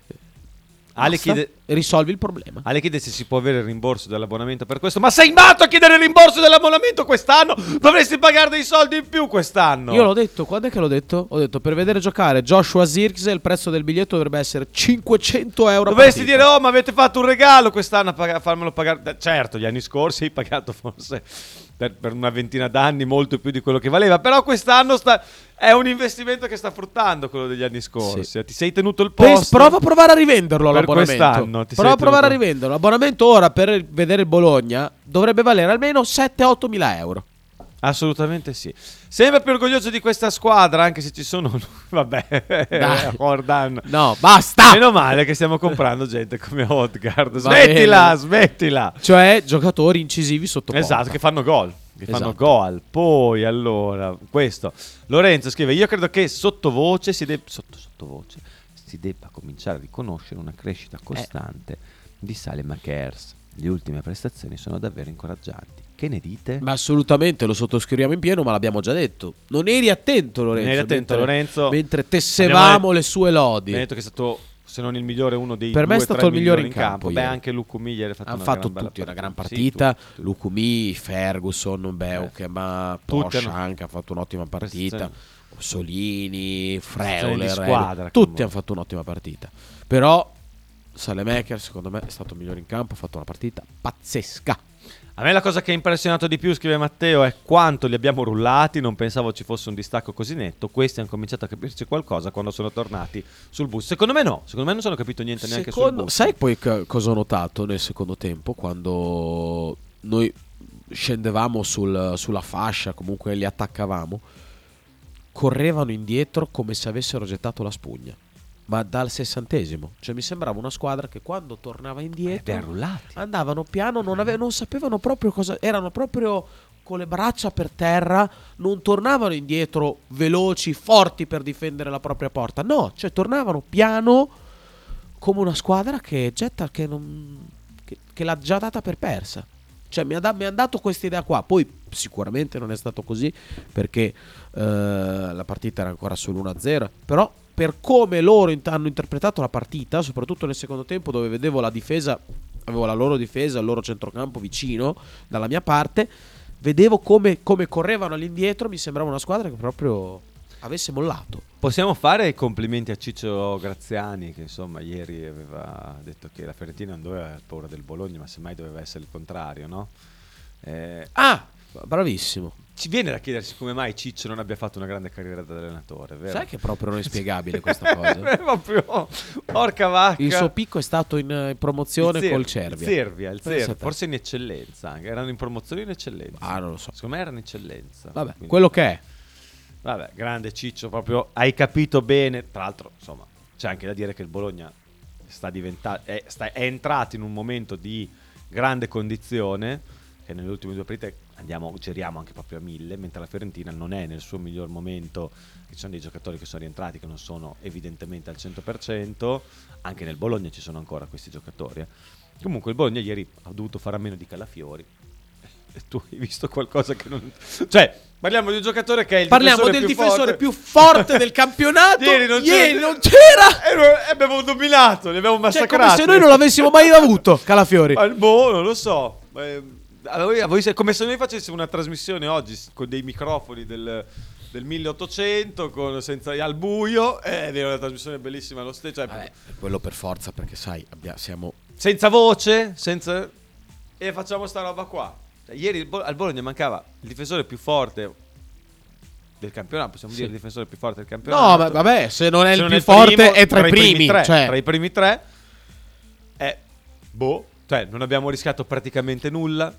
Ale chiede, risolvi il problema. Ale chiede se si può avere il rimborso dell'abbonamento per questo. Ma sei matto a chiedere il rimborso dell'abbonamento quest'anno? Dovresti pagare dei soldi in più quest'anno. Io l'ho detto, quando è che l'ho detto? Ho detto, per vedere giocare Joshua Zirkzee il prezzo del biglietto dovrebbe essere 500 euro. Dovresti dire, oh, ma avete fatto un regalo quest'anno a farmelo pagare. Certo, gli anni scorsi hai pagato forse per una ventina d'anni molto più di quello che valeva. Però quest'anno è un investimento che sta fruttando quello degli anni scorsi. Sì. Ti sei tenuto il posto. Prova a provare a rivenderlo per l'abbonamento. Quest'anno. Prova a provare a rivenderlo. L'abbonamento ora per vedere il Bologna dovrebbe valere almeno 7-8 mila euro. Assolutamente sì. Sempre più orgoglioso di questa squadra, anche se ci sono. Vabbè, Jordan. No, basta. Meno male che stiamo comprando gente come Odegaard. Smettila. Cioè, giocatori incisivi sotto porta. Esatto, che fanno gol. Gol. Poi allora, questo Lorenzo scrive: io credo che sottovoce si debba cominciare a riconoscere una crescita costante di Saelemaekers. Le ultime prestazioni sono davvero incoraggianti. Che ne dite? Ma assolutamente, lo sottoscriviamo in pieno, ma l'abbiamo già detto. Non eri attento, Lorenzo. Mentre tessevamo le sue lodi. Mi ha detto che è stato, se non il migliore, uno dei per me è stato il migliore in campo. Beh, anche Lukumi ieri ha fatto tutti una gran partita. Sì, Lukumi, Ferguson, ma Posch anche ha fatto un'ottima partita. Solini, Freuler, tutti hanno fatto un'ottima partita. Però Saelemaekers secondo me è stato il migliore in campo, ha fatto una partita pazzesca. A me la cosa che ha impressionato di più, scrive Matteo, è quanto li abbiamo rullati. Non pensavo ci fosse un distacco così netto. Questi hanno cominciato a capirci qualcosa quando sono tornati sul bus. Secondo me no, secondo me non sono capito niente neanche sul bus. Sai poi cosa ho notato nel secondo tempo? Quando noi scendevamo sulla fascia, comunque li attaccavamo, correvano indietro come se avessero gettato la spugna. Ma dal 60°, cioè mi sembrava una squadra che quando tornava indietro andavano piano, non sapevano proprio cosa, erano proprio con le braccia per terra, non tornavano indietro veloci, forti per difendere la propria porta, no, cioè tornavano piano come una squadra che l'ha già data per persa. Cioè mi ha dato questa idea qua. Poi sicuramente non è stato così, perché la partita era ancora solo 1-0, però per come loro hanno interpretato la partita, soprattutto nel secondo tempo, dove vedevo la difesa, avevo la loro difesa, il loro centrocampo vicino dalla mia parte, vedevo come correvano all'indietro, mi sembrava una squadra che proprio avesse mollato. Possiamo fare i complimenti a Ciccio Graziani, che insomma ieri aveva detto che la Fiorentina non doveva aver paura del Bologna, ma semmai doveva essere il contrario, no? Bravissimo. Ci viene da chiedersi come mai Ciccio non abbia fatto una grande carriera da allenatore, vero? Sai che proprio non è spiegabile questa cosa? È proprio, porca vacca. Il suo picco è stato in promozione col Cervia. Il Cervia, forse in eccellenza anche. Erano in promozione in eccellenza. Non lo so. Secondo me era in eccellenza. Vabbè, quindi, quello che è. Vabbè, grande Ciccio, proprio hai capito bene. Tra l'altro, insomma, c'è anche da dire che il Bologna è entrato in un momento di grande condizione, che nelle ultime due partite giriamo anche proprio a 1000, mentre la Fiorentina non è nel suo miglior momento. Ci sono dei giocatori che sono rientrati che non sono evidentemente al 100%, anche nel Bologna ci sono ancora questi giocatori. Comunque il Bologna ieri ha dovuto fare a meno di Calafiori. E tu hai visto qualcosa che non... Cioè, parliamo di un giocatore che è il difensore più forte del campionato. Ieri non c'era. E abbiamo dominato, li abbiamo massacrati. Cioè, come se noi non l'avessimo mai avuto, Calafiori. Non lo so. A voi come se noi facessimo una trasmissione oggi con dei microfoni del 1800 al buio, è una trasmissione bellissima lo stesso. Quello per forza, perché sai, siamo senza voce, e facciamo sta roba qua. Cioè, ieri al Bologna mancava il difensore più forte del campionato, possiamo dire il difensore più forte del campionato. No, ma vabbè, se non è il più forte è tra i primi tre, cioè. Tra i primi tre cioè non abbiamo rischiato praticamente nulla.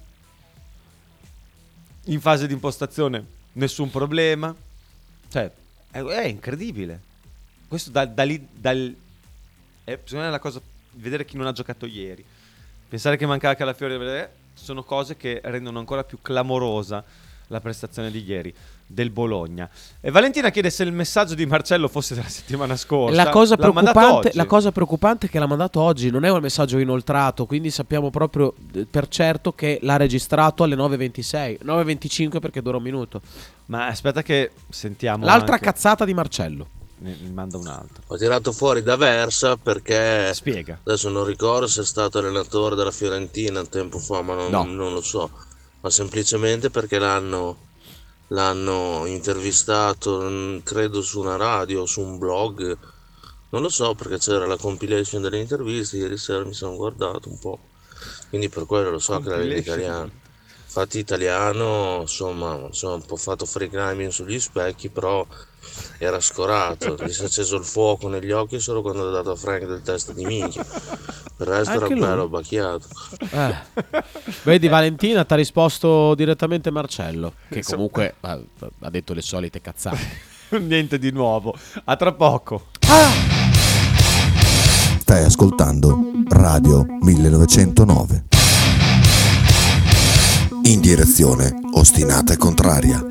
In fase di impostazione nessun problema. Cioè è incredibile. Questo secondo me è la cosa, vedere chi non ha giocato ieri, pensare che mancava Calafiori, sono cose che rendono ancora più clamorosa la prestazione di ieri del Bologna. E Valentina chiede se il messaggio di Marcello fosse della settimana scorsa. La cosa preoccupante è che l'ha mandato oggi, non è un messaggio inoltrato, quindi sappiamo proprio per certo che l'ha registrato alle 9:26, 9:25 perché dura un minuto. Ma aspetta che sentiamo l'altra cazzata di Marcello. Ne manda un altro. Ho tirato fuori da Versa perché spiega. Adesso non ricordo se è stato allenatore della Fiorentina tempo fa, ma non lo so, ma semplicemente perché l'hanno intervistato, credo su una radio, su un blog, non lo so, perché c'era la compilation delle interviste. Ieri sera mi sono guardato un po', quindi per quello lo so che era in italiano. Infatti italiano, insomma, mi sono un po' fatto freaknaming sugli specchi, però era scorato. Gli si è acceso il fuoco negli occhi solo quando ha dato a Frank del testa di minchia. Per il resto anche era lui. bello bacchiato. Vedi, Valentina ti ha risposto direttamente Marcello, che comunque ha detto le solite cazzate. Niente di nuovo. A tra poco. Stai ascoltando Radio 1909. In direzione ostinata e contraria.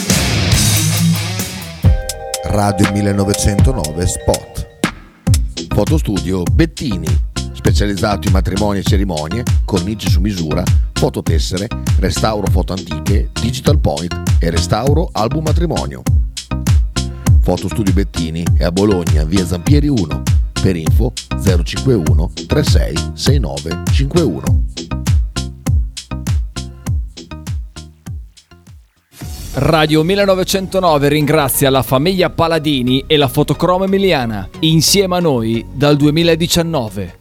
Radio 1909 Spot. Fotostudio Bettini, specializzato in matrimoni e cerimonie, cornici su misura, fototessere, restauro foto antiche, digital point e restauro album matrimonio. Fotostudio Bettini è a Bologna, via Zampieri 1. Per info 051 36 69 51. Radio 1909 ringrazia la famiglia Paladini e la Fotocromo Emiliana, insieme a noi dal 2019.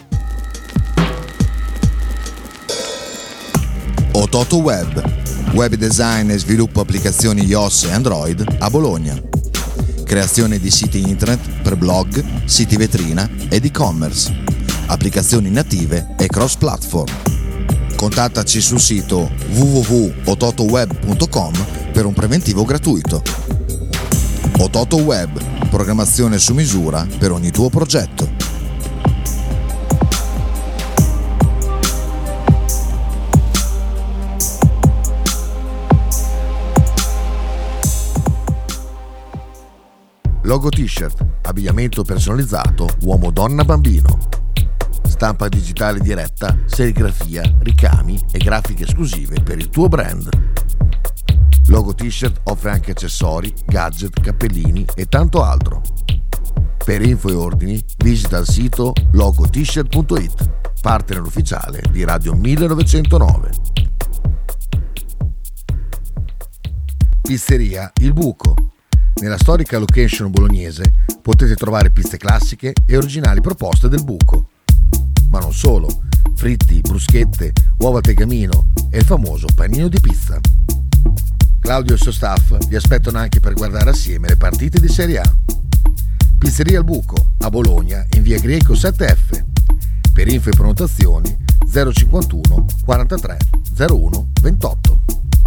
Ototo Web, web design e sviluppo applicazioni iOS e Android a Bologna. Creazione di siti internet per blog, siti vetrina ed e-commerce, applicazioni native e cross-platform. Contattaci sul sito www.ototoweb.com per un preventivo gratuito. Ototo Web, programmazione su misura per ogni tuo progetto. Logo t-shirt, abbigliamento personalizzato, uomo, donna, bambino. Stampa digitale diretta, serigrafia, ricami e grafiche esclusive per il tuo brand. Logo t-shirt offre anche accessori, gadget, cappellini e tanto altro. Per info e ordini visita il sito logotshirt.it, partner ufficiale di Radio 1909. Pizzeria Il Buco. Nella storica location bolognese potete trovare pizze classiche e originali proposte del buco. Ma non solo, fritti, bruschette, uova al tegamino e il famoso panino di pizza. Claudio e il suo staff vi aspettano anche per guardare assieme le partite di Serie A. Pizzeria Il Buco, a Bologna, in via Greco 7F. Per info e prenotazioni 051 43 01 28.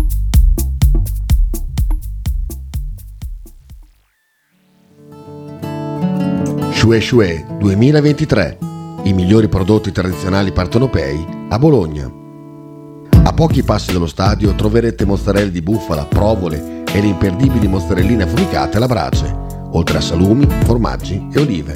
Shue Shue 2023. I migliori prodotti tradizionali partenopei a Bologna. A pochi passi dallo stadio troverete mozzarella di bufala, provole e le imperdibili mozzarelline affumicate alla brace, oltre a salumi, formaggi e olive.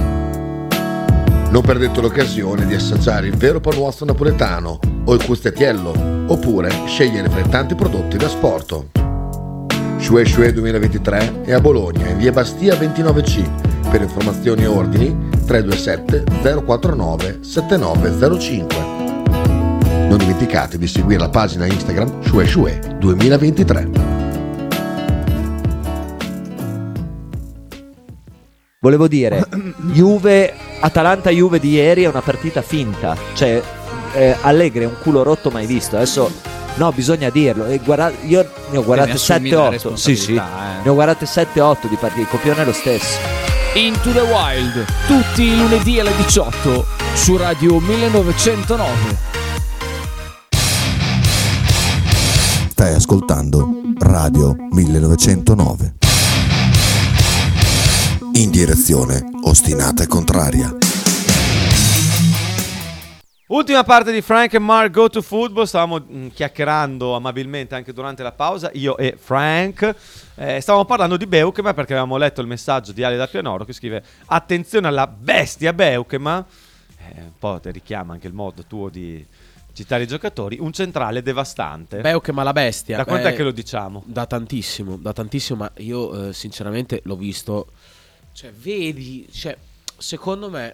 Non perdete l'occasione di assaggiare il vero panuozzo napoletano o il custettiello, oppure scegliere fra i tanti prodotti da asporto. Shue Shue 2023 è a Bologna, in via Bastia 29C. Per informazioni e ordini 327 049 7905. Non dimenticate di seguire la pagina Instagram Shue 2023. Volevo dire, Atalanta-Juve di ieri è una partita finta, cioè Allegri è un culo rotto mai visto. Adesso no, bisogna dirlo. Io ne ho guardate 7-8. Sì. Ne ho guardate 7-8 di partite, il copione è lo stesso. Into the Wild, tutti i lunedì alle 18 su Radio 1909. Stai ascoltando Radio 1909. In direzione ostinata e contraria. Ultima parte di Frank e Mark Go to Football. Stavamo chiacchierando amabilmente anche durante la pausa, io e Frank. Stavamo parlando di Beukema perché avevamo letto il messaggio di Ale da Pianoro che scrive: attenzione alla bestia Beukema. Un po' ti richiama anche il modo tuo di citare i giocatori. Un centrale devastante. Beukema la bestia. Da quant'è che lo diciamo? Da tantissimo, ma io sinceramente l'ho visto. Cioè, vedi, secondo me,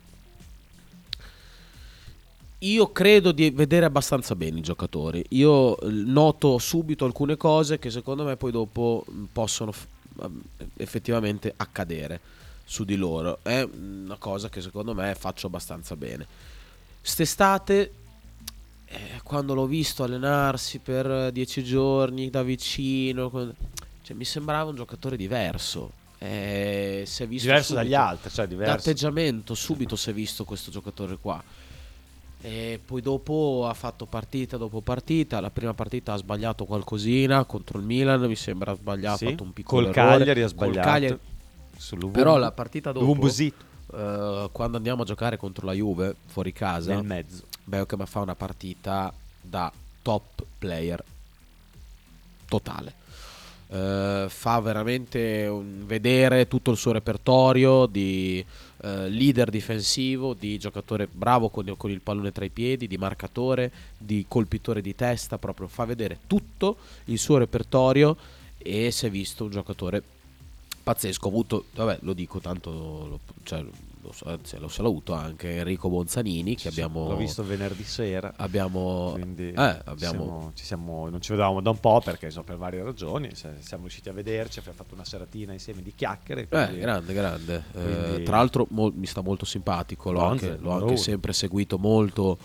io credo di vedere abbastanza bene i giocatori. Io noto subito alcune cose che secondo me poi dopo possono effettivamente accadere su di loro. È una cosa che secondo me faccio abbastanza bene. St'estate, quando l'ho visto allenarsi per 10 giorni da vicino, mi sembrava un giocatore diverso. Si è visto diverso subito, dagli altri, cioè diverso. L'atteggiamento subito si è visto questo giocatore qua. E poi dopo ha fatto partita dopo partita. La prima partita ha sbagliato qualcosina contro il Milan, mi sembra ha sbagliato, ha fatto un piccolo col errore. Cagliari ha sbagliato. Però la partita dopo, quando andiamo a giocare contro la Juve fuori casa, nel mezzo, Beukema fa una partita da top player totale. Fa veramente vedere tutto il suo repertorio di leader difensivo, di giocatore bravo con il pallone tra i piedi, di marcatore, di colpitore di testa. Proprio fa vedere tutto il suo repertorio e si è visto un giocatore pazzesco. Ho avuto, vabbè, lo dico tanto, lo saluto anche Enrico Bonzanini, che abbiamo, l'ho visto venerdì sera. Quindi non ci vedevamo da un po' perché per varie ragioni siamo riusciti a vederci, abbiamo fatto una seratina insieme di chiacchiere. Grande. Quindi... tra l'altro mi sta molto simpatico, l'ho anche sempre seguito molto,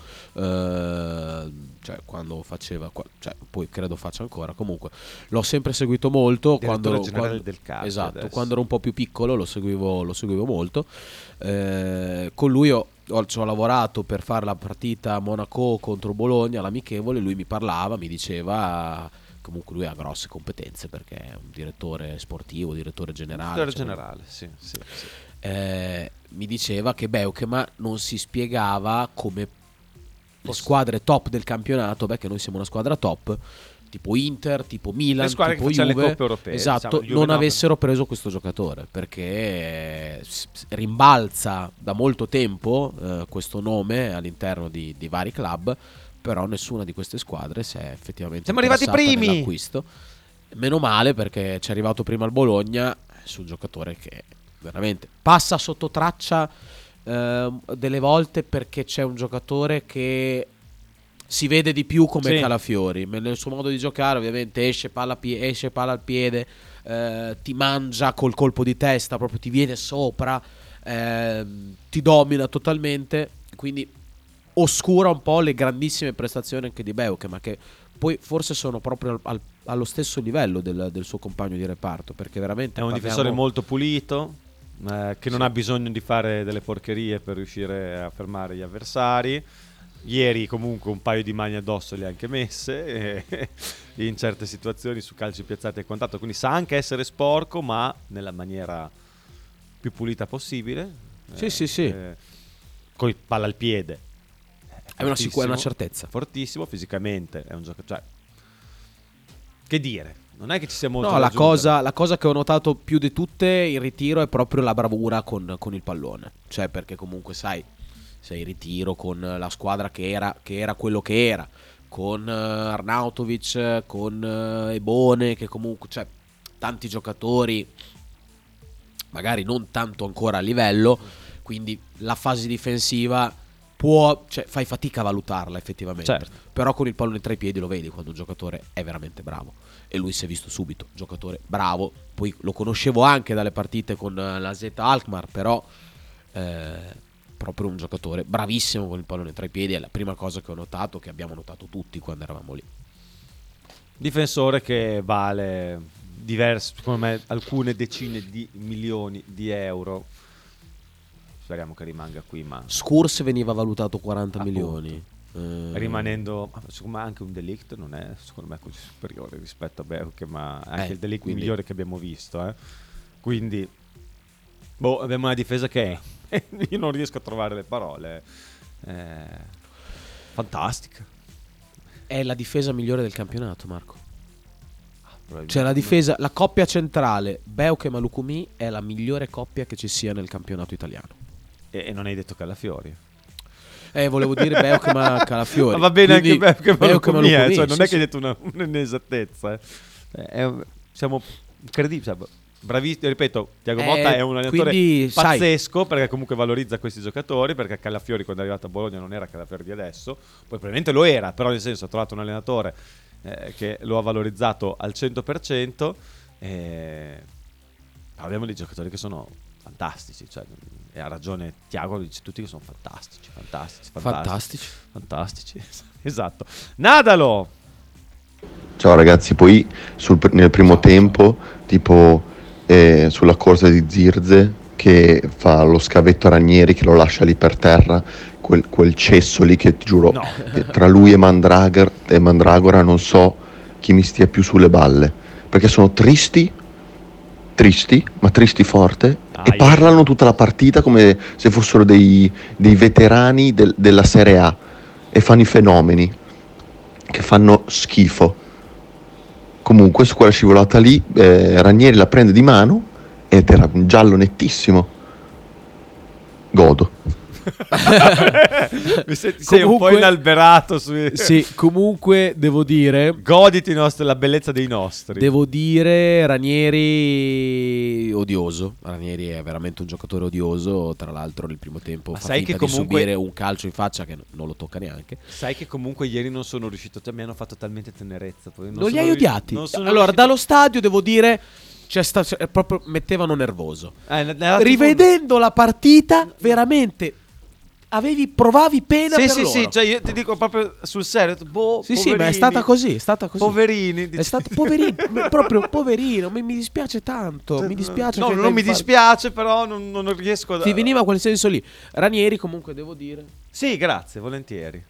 quando faceva, poi credo faccia ancora, comunque l'ho sempre seguito molto quando del CAF, esatto, quando ero un po' più piccolo lo seguivo molto. Con lui ho lavorato per fare la partita Monaco contro Bologna, l'amichevole. Lui mi parlava, mi diceva, comunque lui ha grosse competenze perché è un direttore sportivo, direttore generale. Sì. Mi diceva che Beukema non si spiegava come le squadre top del campionato, che noi siamo una squadra top, tipo Inter, tipo Milan, tipo Juve, le coppe europee, esatto, non avessero preso questo giocatore, perché rimbalza da molto tempo questo nome all'interno di vari club, però nessuna di queste squadre si è effettivamente siamo arrivati primi nell'acquisto. Meno male, perché ci è arrivato prima il Bologna sul giocatore che veramente passa sotto traccia delle volte, perché c'è un giocatore che si vede di più come Calafiori nel suo modo di giocare. Ovviamente esce palla al piede, ti mangia col colpo di testa, proprio ti viene sopra, ti domina totalmente, quindi oscura un po' le grandissime prestazioni anche di Beukema, che poi forse sono proprio allo stesso livello del suo compagno di reparto, perché veramente è un difensore molto pulito, che non ha bisogno di fare delle porcherie per riuscire a fermare gli avversari. Ieri comunque un paio di mani addosso le ha anche messe in certe situazioni, su calci piazzati e quant'altro, quindi sa anche essere sporco, ma nella maniera più pulita possibile. Sì. Con palla al piede è una certezza. Fortissimo fisicamente, è un giocatore, che dire, non è che ci sia molto. No, la cosa che ho notato più di tutte in ritiro è proprio la bravura con il pallone, perché comunque sei in ritiro con la squadra che era quello che era, con Arnautovic, con Ebone, che comunque tanti giocatori magari non tanto ancora a livello, quindi la fase difensiva fai fatica a valutarla effettivamente. Certo. Però con il pallone tra i piedi lo vedi quando un giocatore è veramente bravo. E lui si è visto subito, giocatore bravo. Poi lo conoscevo anche dalle partite con la Z Alkmaar, però proprio un giocatore bravissimo con il pallone tra i piedi. È la prima cosa che ho notato, che abbiamo notato tutti quando eravamo lì. Difensore che vale secondo me, alcune decine di milioni di euro. Speriamo che rimanga qui, ma Skurs veniva valutato 40 milioni. Rimanendo, secondo me anche un Delict non è secondo me così superiore rispetto a Berke, ma anche il Delict migliore che abbiamo visto, quindi abbiamo una difesa che io non riesco a trovare le parole, fantastica. È la difesa migliore del campionato, Marco. Cioè la difesa, la coppia centrale Beuk e Malukumi è la migliore coppia che ci sia nel campionato italiano. E non hai detto Calafiori? Volevo dire Beuk e Calafiori. Ma va bene. Quindi, anche Beuk e Malukumi, cioè, non sì, è che hai detto un'inesattezza. Siamo incredibili, bravissimi. Ripeto, Thiago Motta è un allenatore pazzesco, perché comunque valorizza questi giocatori, perché Calafiori quando è arrivato a Bologna non era Calafiori di adesso, poi probabilmente lo era, però nel senso ha trovato un allenatore che lo ha valorizzato al 100%. Abbiamo dei giocatori che sono fantastici, cioè, e ha ragione Tiago, lo dice tutti che sono fantastici. Esatto. Nadalo. Ciao ragazzi, poi nel primo tempo, tipo sulla corsa di Zirze, che fa lo scavetto a Ranieri, che lo lascia lì per terra, quel cesso lì che ti giuro, che tra lui e Mandragora non so chi mi stia più sulle balle, perché sono tristi, ma tristi forte, e parlano tutta la partita come se fossero dei veterani della Serie A, e fanno i fenomeni che fanno schifo. Comunque su quella scivolata lì Ranieri la prende di mano ed era un giallo nettissimo. Godo. Sei un po' inalberato sì, comunque devo dire, goditi la bellezza dei nostri. Devo dire Ranieri odioso. Ranieri è veramente un giocatore odioso. Tra l'altro nel primo tempo fa finta di subire un calcio in faccia che non lo tocca neanche. Sai che comunque ieri non sono riuscito, mi hanno fatto talmente tenerezza, non li hai odiati? Allora dallo stadio devo dire proprio mettevano nervoso. Rivedendo la partita veramente provavi pena per loro. Sì, cioè io ti dico proprio sul serio, sì, ma è stata così, Poverini, è stato poverino, proprio poverino, mi dispiace tanto, mi dispiace. No, non mi dispiace, però non riesco a... Ti veniva quel senso lì. Ranieri comunque devo dire. Sì, grazie, volentieri.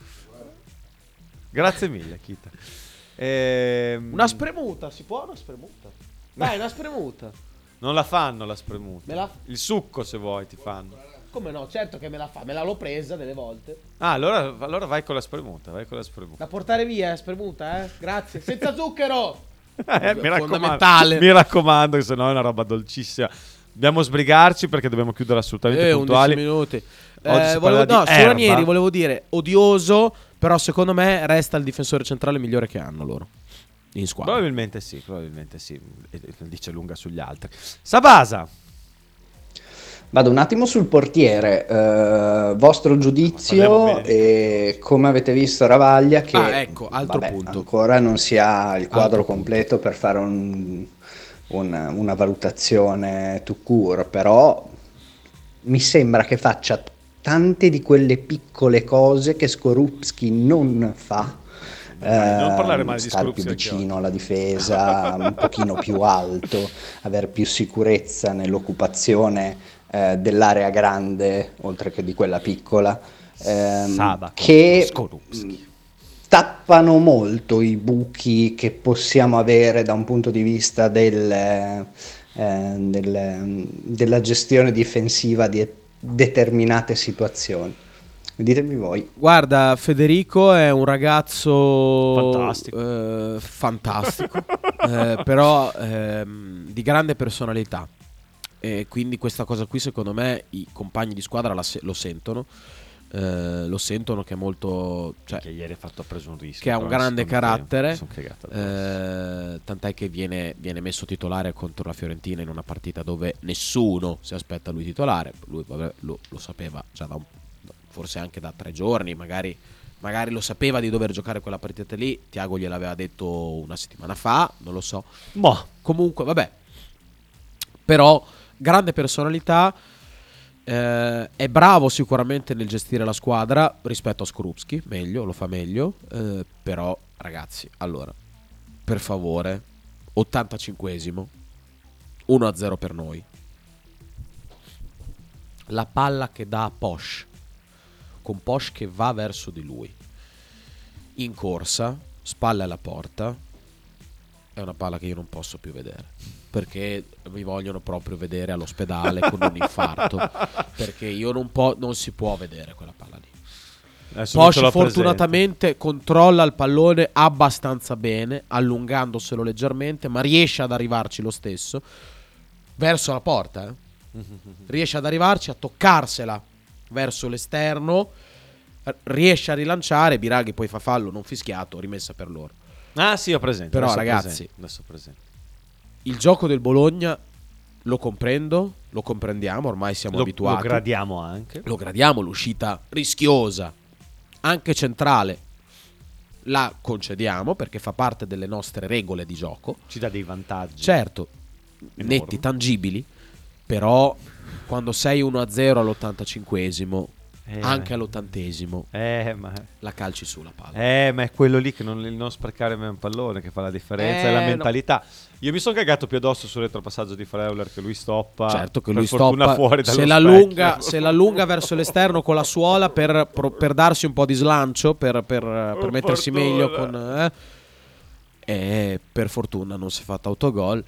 Grazie mille, Kita. Una spremuta, si può una spremuta? Dai, una spremuta. Non la fanno la spremuta. Il succo se vuoi ti fanno. Come no? Certo che me la fa, me l'ho presa delle volte. Allora vai con la spremuta, Da portare via, spremuta, Grazie. Senza zucchero. Mi raccomando, che sennò è una roba dolcissima. Dobbiamo sbrigarci perché dobbiamo chiudere assolutamente puntuali. 11 minuti. Su Ranieri volevo dire odioso, però secondo me resta il difensore centrale migliore che hanno loro in squadra. Probabilmente sì. E dice lunga sugli altri. Sabasa. Vado un attimo sul portiere, vostro giudizio e come avete visto Ravaglia che altro punto. Ancora non si ha il quadro completo per fare una valutazione tout court, però mi sembra che faccia tante di quelle piccole cose che Skorupski non fa. Non parlare male di stare Skorupski, più vicino alla difesa, un pochino più alto, avere più sicurezza nell'occupazione dell'area grande oltre che di quella piccola, che tappano molto i buchi che possiamo avere da un punto di vista della gestione difensiva di determinate situazioni. Ditemi voi. Guarda, Federico è un ragazzo fantastico, però di grande personalità. E quindi questa cosa qui secondo me i compagni di squadra lo sentono. Lo sentono che è molto, cioè, che ieri ha preso un rischio, che ha un grande carattere, tant'è che viene messo titolare contro la Fiorentina in una partita dove nessuno si aspetta lui titolare. Lui lo sapeva già da forse anche da 3 giorni, magari lo sapeva di dover giocare quella partita lì. Thiago gliel'aveva detto una settimana fa, non lo so. Comunque, vabbè. Però, grande personalità. È bravo sicuramente nel gestire la squadra rispetto a Skorupski, meglio, lo fa meglio. Però, ragazzi, allora, per favore, 85esimo, 1-0 per noi. La palla che dà a Posch, con Posch che va verso di lui, in corsa, spalle alla porta, è una palla che io non posso più vedere, perché mi vogliono proprio vedere all'ospedale con un infarto, perché io non si può vedere quella palla lì. Posch fortunatamente controlla il pallone abbastanza bene, allungandoselo leggermente, ma riesce ad arrivarci lo stesso verso la porta, riesce ad arrivarci, a toccarsela verso l'esterno, riesce a rilanciare. Biraghi poi fa fallo non fischiato, rimessa per loro. Ah sì, ho presente. Però adesso ragazzi, adesso presente. Il gioco del Bologna lo comprendo, lo comprendiamo, ormai siamo abituati. Lo gradiamo anche. Lo gradiamo, l'uscita rischiosa, anche centrale, la concediamo perché fa parte delle nostre regole di gioco. Ci dà dei vantaggi. Certo, enormi, netti, tangibili, però quando sei 1-0 all'85esimo, anche all'80esimo, la calci su la palla. Ma è quello lì che non sprecare un pallone che fa la differenza, è la mentalità. Io mi sono cagato più addosso sul retropassaggio di Freuler, che lui stoppa. Certo che per lui fortuna stoppa, fuori dallo se l'allunga verso l'esterno con la suola per darsi un po' di slancio, per mettersi meglio con per fortuna non si è fatto autogol.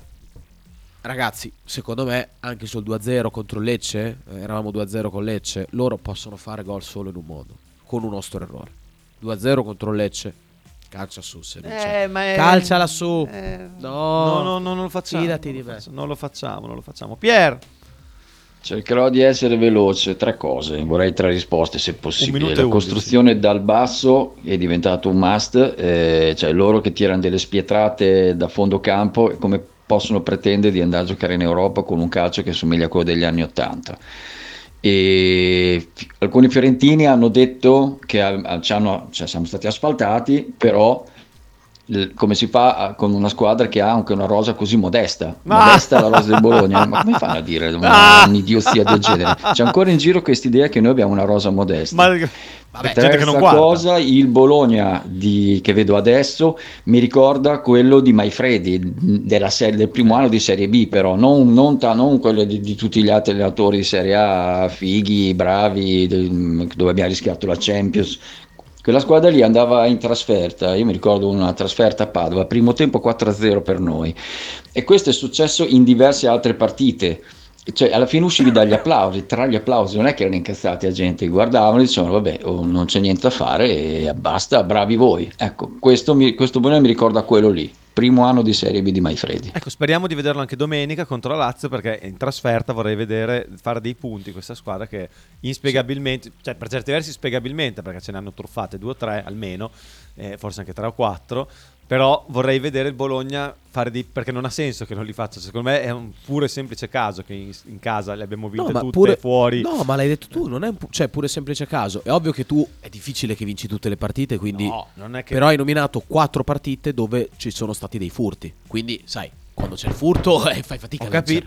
Ragazzi, secondo me anche sul 2-0 contro Lecce, eravamo 2-0 con Lecce, loro possono fare gol solo in un modo, con un nostro errore. 2-0 contro Lecce, calcia su, se dice. Calciala su. No, non lo facciamo. Fidati di me. Non lo facciamo. Pier. Cercherò di essere veloce. 3 cose, vorrei 3 risposte se possibile. La costruzione dal basso è diventato un must, cioè loro che tirano delle spietrate da fondo campo, come possono pretendere di andare a giocare in Europa con un calcio che somiglia a quello degli anni 80. E alcuni fiorentini hanno detto che siamo stati asfaltati, però come si fa con una squadra che ha anche una rosa così modesta la rosa del Bologna? Ma come fanno a dire un'idiozia del genere? C'è ancora in giro questa idea che noi abbiamo una rosa modesta. Terza cosa, il Bologna che vedo adesso mi ricorda quello di Maifredi del primo anno di Serie B, però non quello di tutti gli altri allenatori di Serie A fighi, bravi, dove abbiamo rischiato la Champions. Quella squadra lì andava in trasferta, io mi ricordo una trasferta a Padova, primo tempo 4-0 per noi, e questo è successo in diverse altre partite. Cioè alla fine uscivi dagli applausi, tra gli applausi non è che erano incazzati la gente, guardavano e dicevano vabbè, non c'è niente da fare e basta, bravi voi. Ecco, questo Bologna mi ricorda quello lì, primo anno di Serie B di Maifredi. Ecco, speriamo di vederlo anche domenica contro la Lazio, perché in trasferta vorrei vedere fare dei punti questa squadra che inspiegabilmente, cioè per certi versi spiegabilmente, perché ce ne hanno truffate 2 o 3 almeno, forse anche 3 o 4, però vorrei vedere il Bologna fare perché non ha senso che non li faccia. Secondo me è un puro e semplice caso che in casa le abbiamo vinte tutte, fuori. No, ma l'hai detto tu, non è pure semplice caso. È ovvio che è difficile che vinci tutte le partite, quindi non è che... però hai nominato 4 partite dove ci sono stati dei furti. Quindi, sai, quando c'è il furto fai fatica a vincere.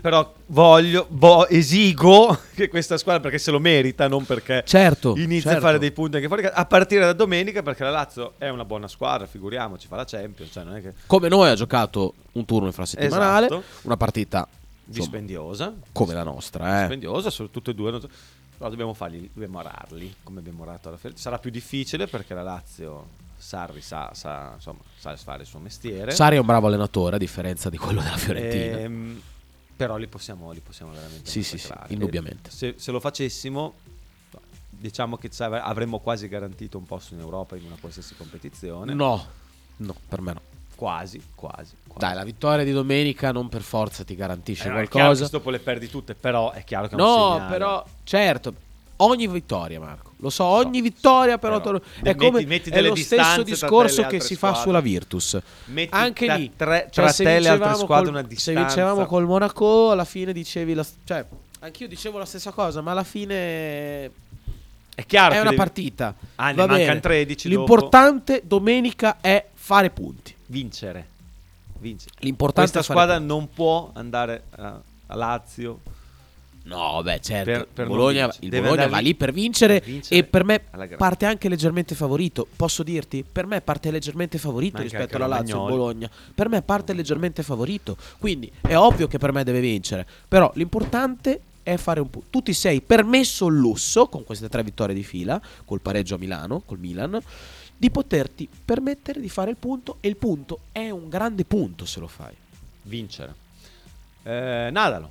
Però esigo che questa squadra, perché se lo merita, non perché inizia a fare dei punti anche fuori, a partire da domenica, perché la Lazio è una buona squadra, figuriamoci, fa la Champions, cioè non è che... Come noi ha giocato un turno infrasettimanale, una partita dispendiosa come la nostra, dispendiosa su tutte e due, però dobbiamo ararli come abbiamo arato alla Fiorentina. Sarà più difficile perché la Lazio, Sarri sa fare il suo mestiere. Sarri è un bravo allenatore a differenza di quello della Fiorentina, però li possiamo veramente sì, indubbiamente. Se lo facessimo, diciamo che avremmo quasi garantito un posto in Europa in una qualsiasi competizione. No, per me no. Quasi. Dai, la vittoria di domenica non per forza ti garantisce qualcosa. È chiaro che dopo le perdi tutte, però è chiaro che è un segnale. Però certo, ogni vittoria, Marco, lo so, ogni vittoria però è come è lo stesso discorso che si fa sulla Virtus. Metti anche lì tra te e le altre squadre una distanza. Se vincevamo col Monaco, alla fine dicevi anch'io dicevo la stessa cosa, ma alla fine È chiaro è che una devi- partita. Ne Va mancano bene. 13 L'importante domenica è fare punti. Vincere. L'importante Questa è fare squadra punti. non può andare a Lazio. No, beh, certo. Per non Bologna, vincere. il Deve Bologna andare va lì per vincere, e per me alla grande. parte anche leggermente favorito. Posso dirti? Per me parte leggermente favorito Ma anche rispetto anche alla Lazio il Romagnoli. Bologna. Per me parte leggermente favorito. Quindi è ovvio che per me deve vincere. Però l'importante è fare un punto. Tu ti sei permesso il lusso, con queste 3 vittorie di fila, col pareggio a Milano, col Milan, di poterti permettere di fare il punto. E il punto è un grande punto se lo fai. Vincere. Nadalo.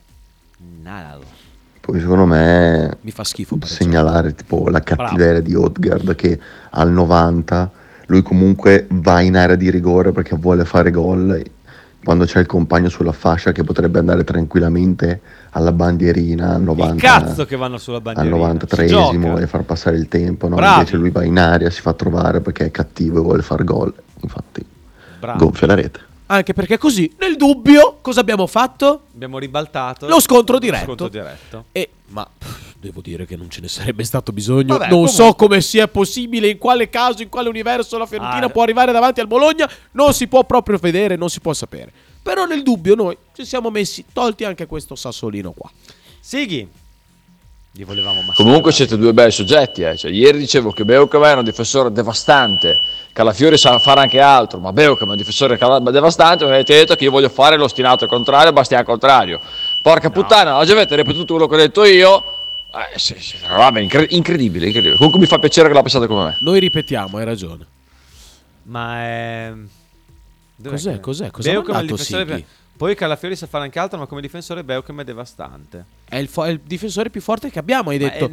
Poi secondo me mi fa schifo segnalare tipo la cattiveria di Odegaard, che al 90 lui comunque va in area di rigore perché vuole fare gol, quando c'è il compagno sulla fascia che potrebbe andare tranquillamente alla bandierina al 90, Il cazzo che vanno sulla bandierina. al 93esimo e far passare il tempo, no? Bravi. Invece lui va in area, si fa trovare perché è cattivo e vuole far gol, infatti Bravi. gonfia la rete. Anche perché così, nel dubbio, cosa abbiamo fatto? Abbiamo ribaltato Lo scontro diretto. Lo scontro diretto. Ma devo dire che non ce ne sarebbe stato bisogno. Vabbè, non so comunque. come sia possibile, in quale caso, in quale universo la Fiorentina Ah. può arrivare davanti al Bologna. Non si può proprio vedere, non si può sapere. Però nel dubbio noi ci siamo messi, tolti anche questo sassolino qua. Sighi. Li volevamo massacrare. Comunque siete due bei soggetti, Cioè, ieri dicevo che Beukema è un difensore devastante, Calafiori sa fare anche altro, ma Beukema è un difensore devastante. Mi avete detto che io voglio fare l'ostinato al contrario, Bastian al contrario. Porca puttana, oggi avete ripetuto quello che ho detto io. Vabbè, incredibile. Comunque mi fa piacere che l'ha pensato come me. Noi ripetiamo, hai ragione. Ma è... Dov'è Cos'è? che- Cos'è? Cosa ha Beukema è il mandato difensore... Sighi? Poi Calafiori sa fare anche altro, ma come difensore Beukema è devastante. È il difensore più forte che abbiamo, hai Ma detto. è-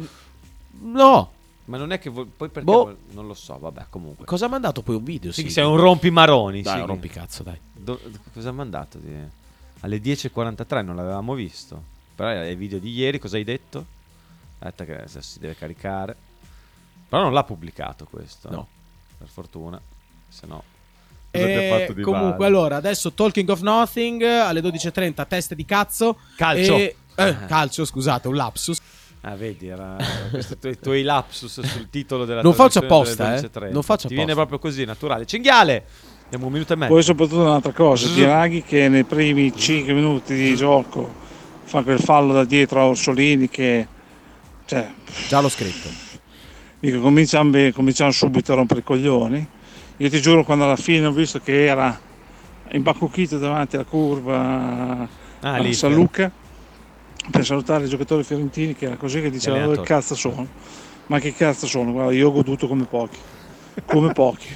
No. Ma non è che poi perché non lo so, vabbè, comunque. Cosa ha mandato poi un video? Sì, Sighi? sei un rompimaroni. Dai, Sighi. un rompicazzo, dai. Cosa ha mandato? Alle 10.43 non l'avevamo visto. Però ai video di ieri cosa hai detto? Aspetta che adesso si deve caricare. Però non l'ha pubblicato questo. No. Per fortuna. Se no... cosa ti ha fatto di Comunque, male? allora, adesso Talking of Nothing alle 12.30, teste di cazzo. Calcio. Calcio, scusate, un lapsus. Ah, vedi, era questi i tuoi lapsus sul titolo della Non faccio trasmissione apposta, delle 12.30. Non faccio Ti viene apposta. proprio così, naturale. Cinghiale! Abbiamo un minuto e mezzo. Poi soprattutto un'altra cosa, Biraghi che nei primi 5 minuti di gioco fa quel fallo da dietro a Orsolini che... Cioè, già l'ho scritto. Dico, cominciamo subito a rompere i coglioni. Io ti giuro, quando alla fine ho visto che era imbacucchito davanti alla curva a lì, San Luca per salutare i giocatori fiorentini, che era così che dicevano dove cazzo sono. Ma che cazzo sono? Guarda, io ho goduto come pochi. Come pochi.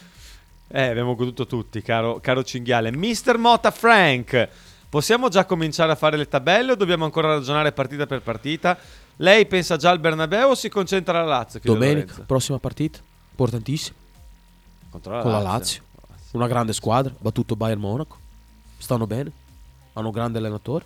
Abbiamo goduto tutti, caro Cinghiale. Mister Motta Frank, possiamo già cominciare a fare le tabelle o dobbiamo ancora ragionare partita per partita? Lei pensa già al Bernabeu o si concentra alla Lazio? Chiede Domenica, Lorenzo. prossima partita, importantissima. Contro Con la Lazio. Una grande squadra, battuto Bayern Monaco. Stanno bene, hanno un grande allenatore.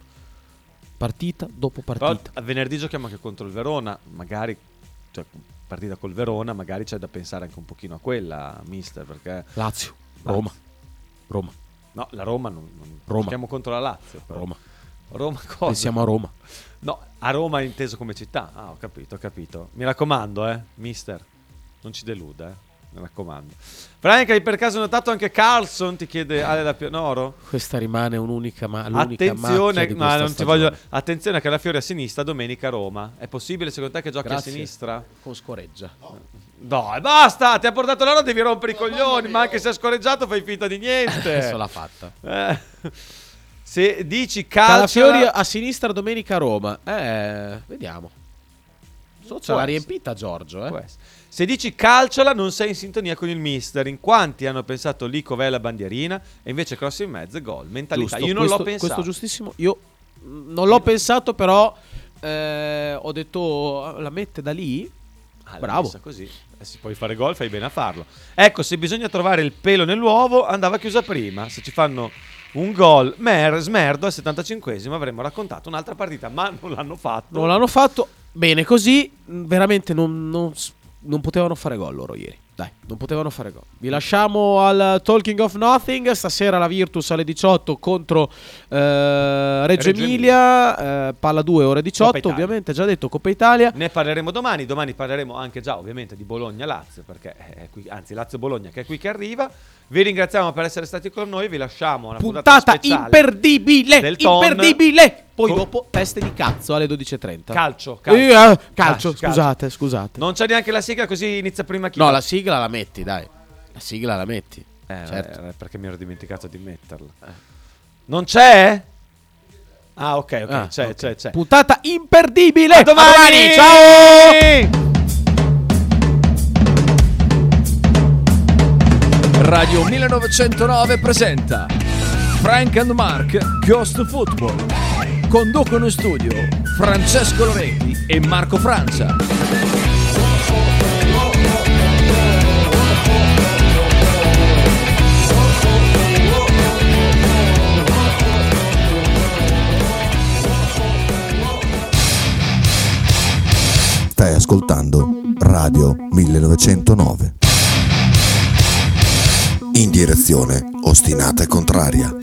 Partita dopo partita. Però a venerdì giochiamo anche contro il Verona, magari, cioè partita col Verona, magari c'è da pensare anche un pochino a quella, mister, perché... Lazio, Roma. No, la Roma non Roma. giochiamo contro la Lazio. Però. Roma. Roma cosa? Pensiamo a Roma. No, a Roma inteso come città. Ah, ho capito. Mi raccomando, mister, non ci deluda, mi raccomando. Frank, hai per caso notato anche Carlson? Ti chiede Ale da Pianoro. Questa rimane l'unica Attenzione, macchia di ma questa non ti stagione. voglio. Attenzione a Calafiori a sinistra, domenica a Roma. È possibile secondo te che giochi Grazie. a sinistra? Con scoreggia. No, basta, ti ha portato l'ora, devi rompere i coglioni, ma anche se è scorreggiato fai finta di niente. Adesso l'ha fatta. Se dici calcio Calafiori a sinistra domenica a Roma. Vediamo. Ce l'ha riempita Giorgio, Se dici calciola non sei in sintonia con il mister. In quanti hanno pensato Lico ve la bandierina e invece cross in mezzo e gol. Mentalità. Giusto, Io non l'ho questo pensato. giustissimo. Io non l'ho pensato, però ho detto la mette da lì. L'ha Bravo. messa così. Se puoi fare gol fai bene a farlo. Ecco, se bisogna trovare il pelo nell'uovo andava chiusa prima. Se ci fanno un gol smerdo al 75esimo avremmo raccontato un'altra partita, ma non l'hanno fatto. Non l'hanno fatto bene così. Veramente non potevano fare gol loro ieri. Dai, non potevano fare gol. Vi lasciamo al Talking of Nothing. Stasera la Virtus alle 18 contro Reggio Emilia, palla 2 ore 18, ovviamente già detto, Coppa Italia. Ne parleremo domani parleremo anche già ovviamente di Bologna-Lazio, perché è qui, anzi Lazio-Bologna che è qui che arriva. Vi ringraziamo per essere stati con noi, vi lasciamo una puntata imperdibile, del Ton. imperdibile. Poi dopo teste di cazzo alle 12:30. Calcio, scusate. Non c'è neanche la sigla, così inizia prima chi. No, la sigla la metti, dai. La sigla la metti. Certo. Perché mi ero dimenticato di metterla. Non c'è? Ah, ok, c'è. Puntata imperdibile. A domani. Ciao! Radio 1909 presenta Frank and Mark Ghost Football. Conducono in studio Francesco Loretti e Marco Francia. Stai ascoltando Radio 1909. In direzione ostinata e contraria.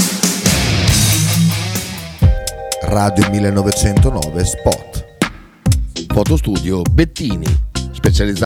Radio 1909 Spot. Fotostudio Bettini, specializzato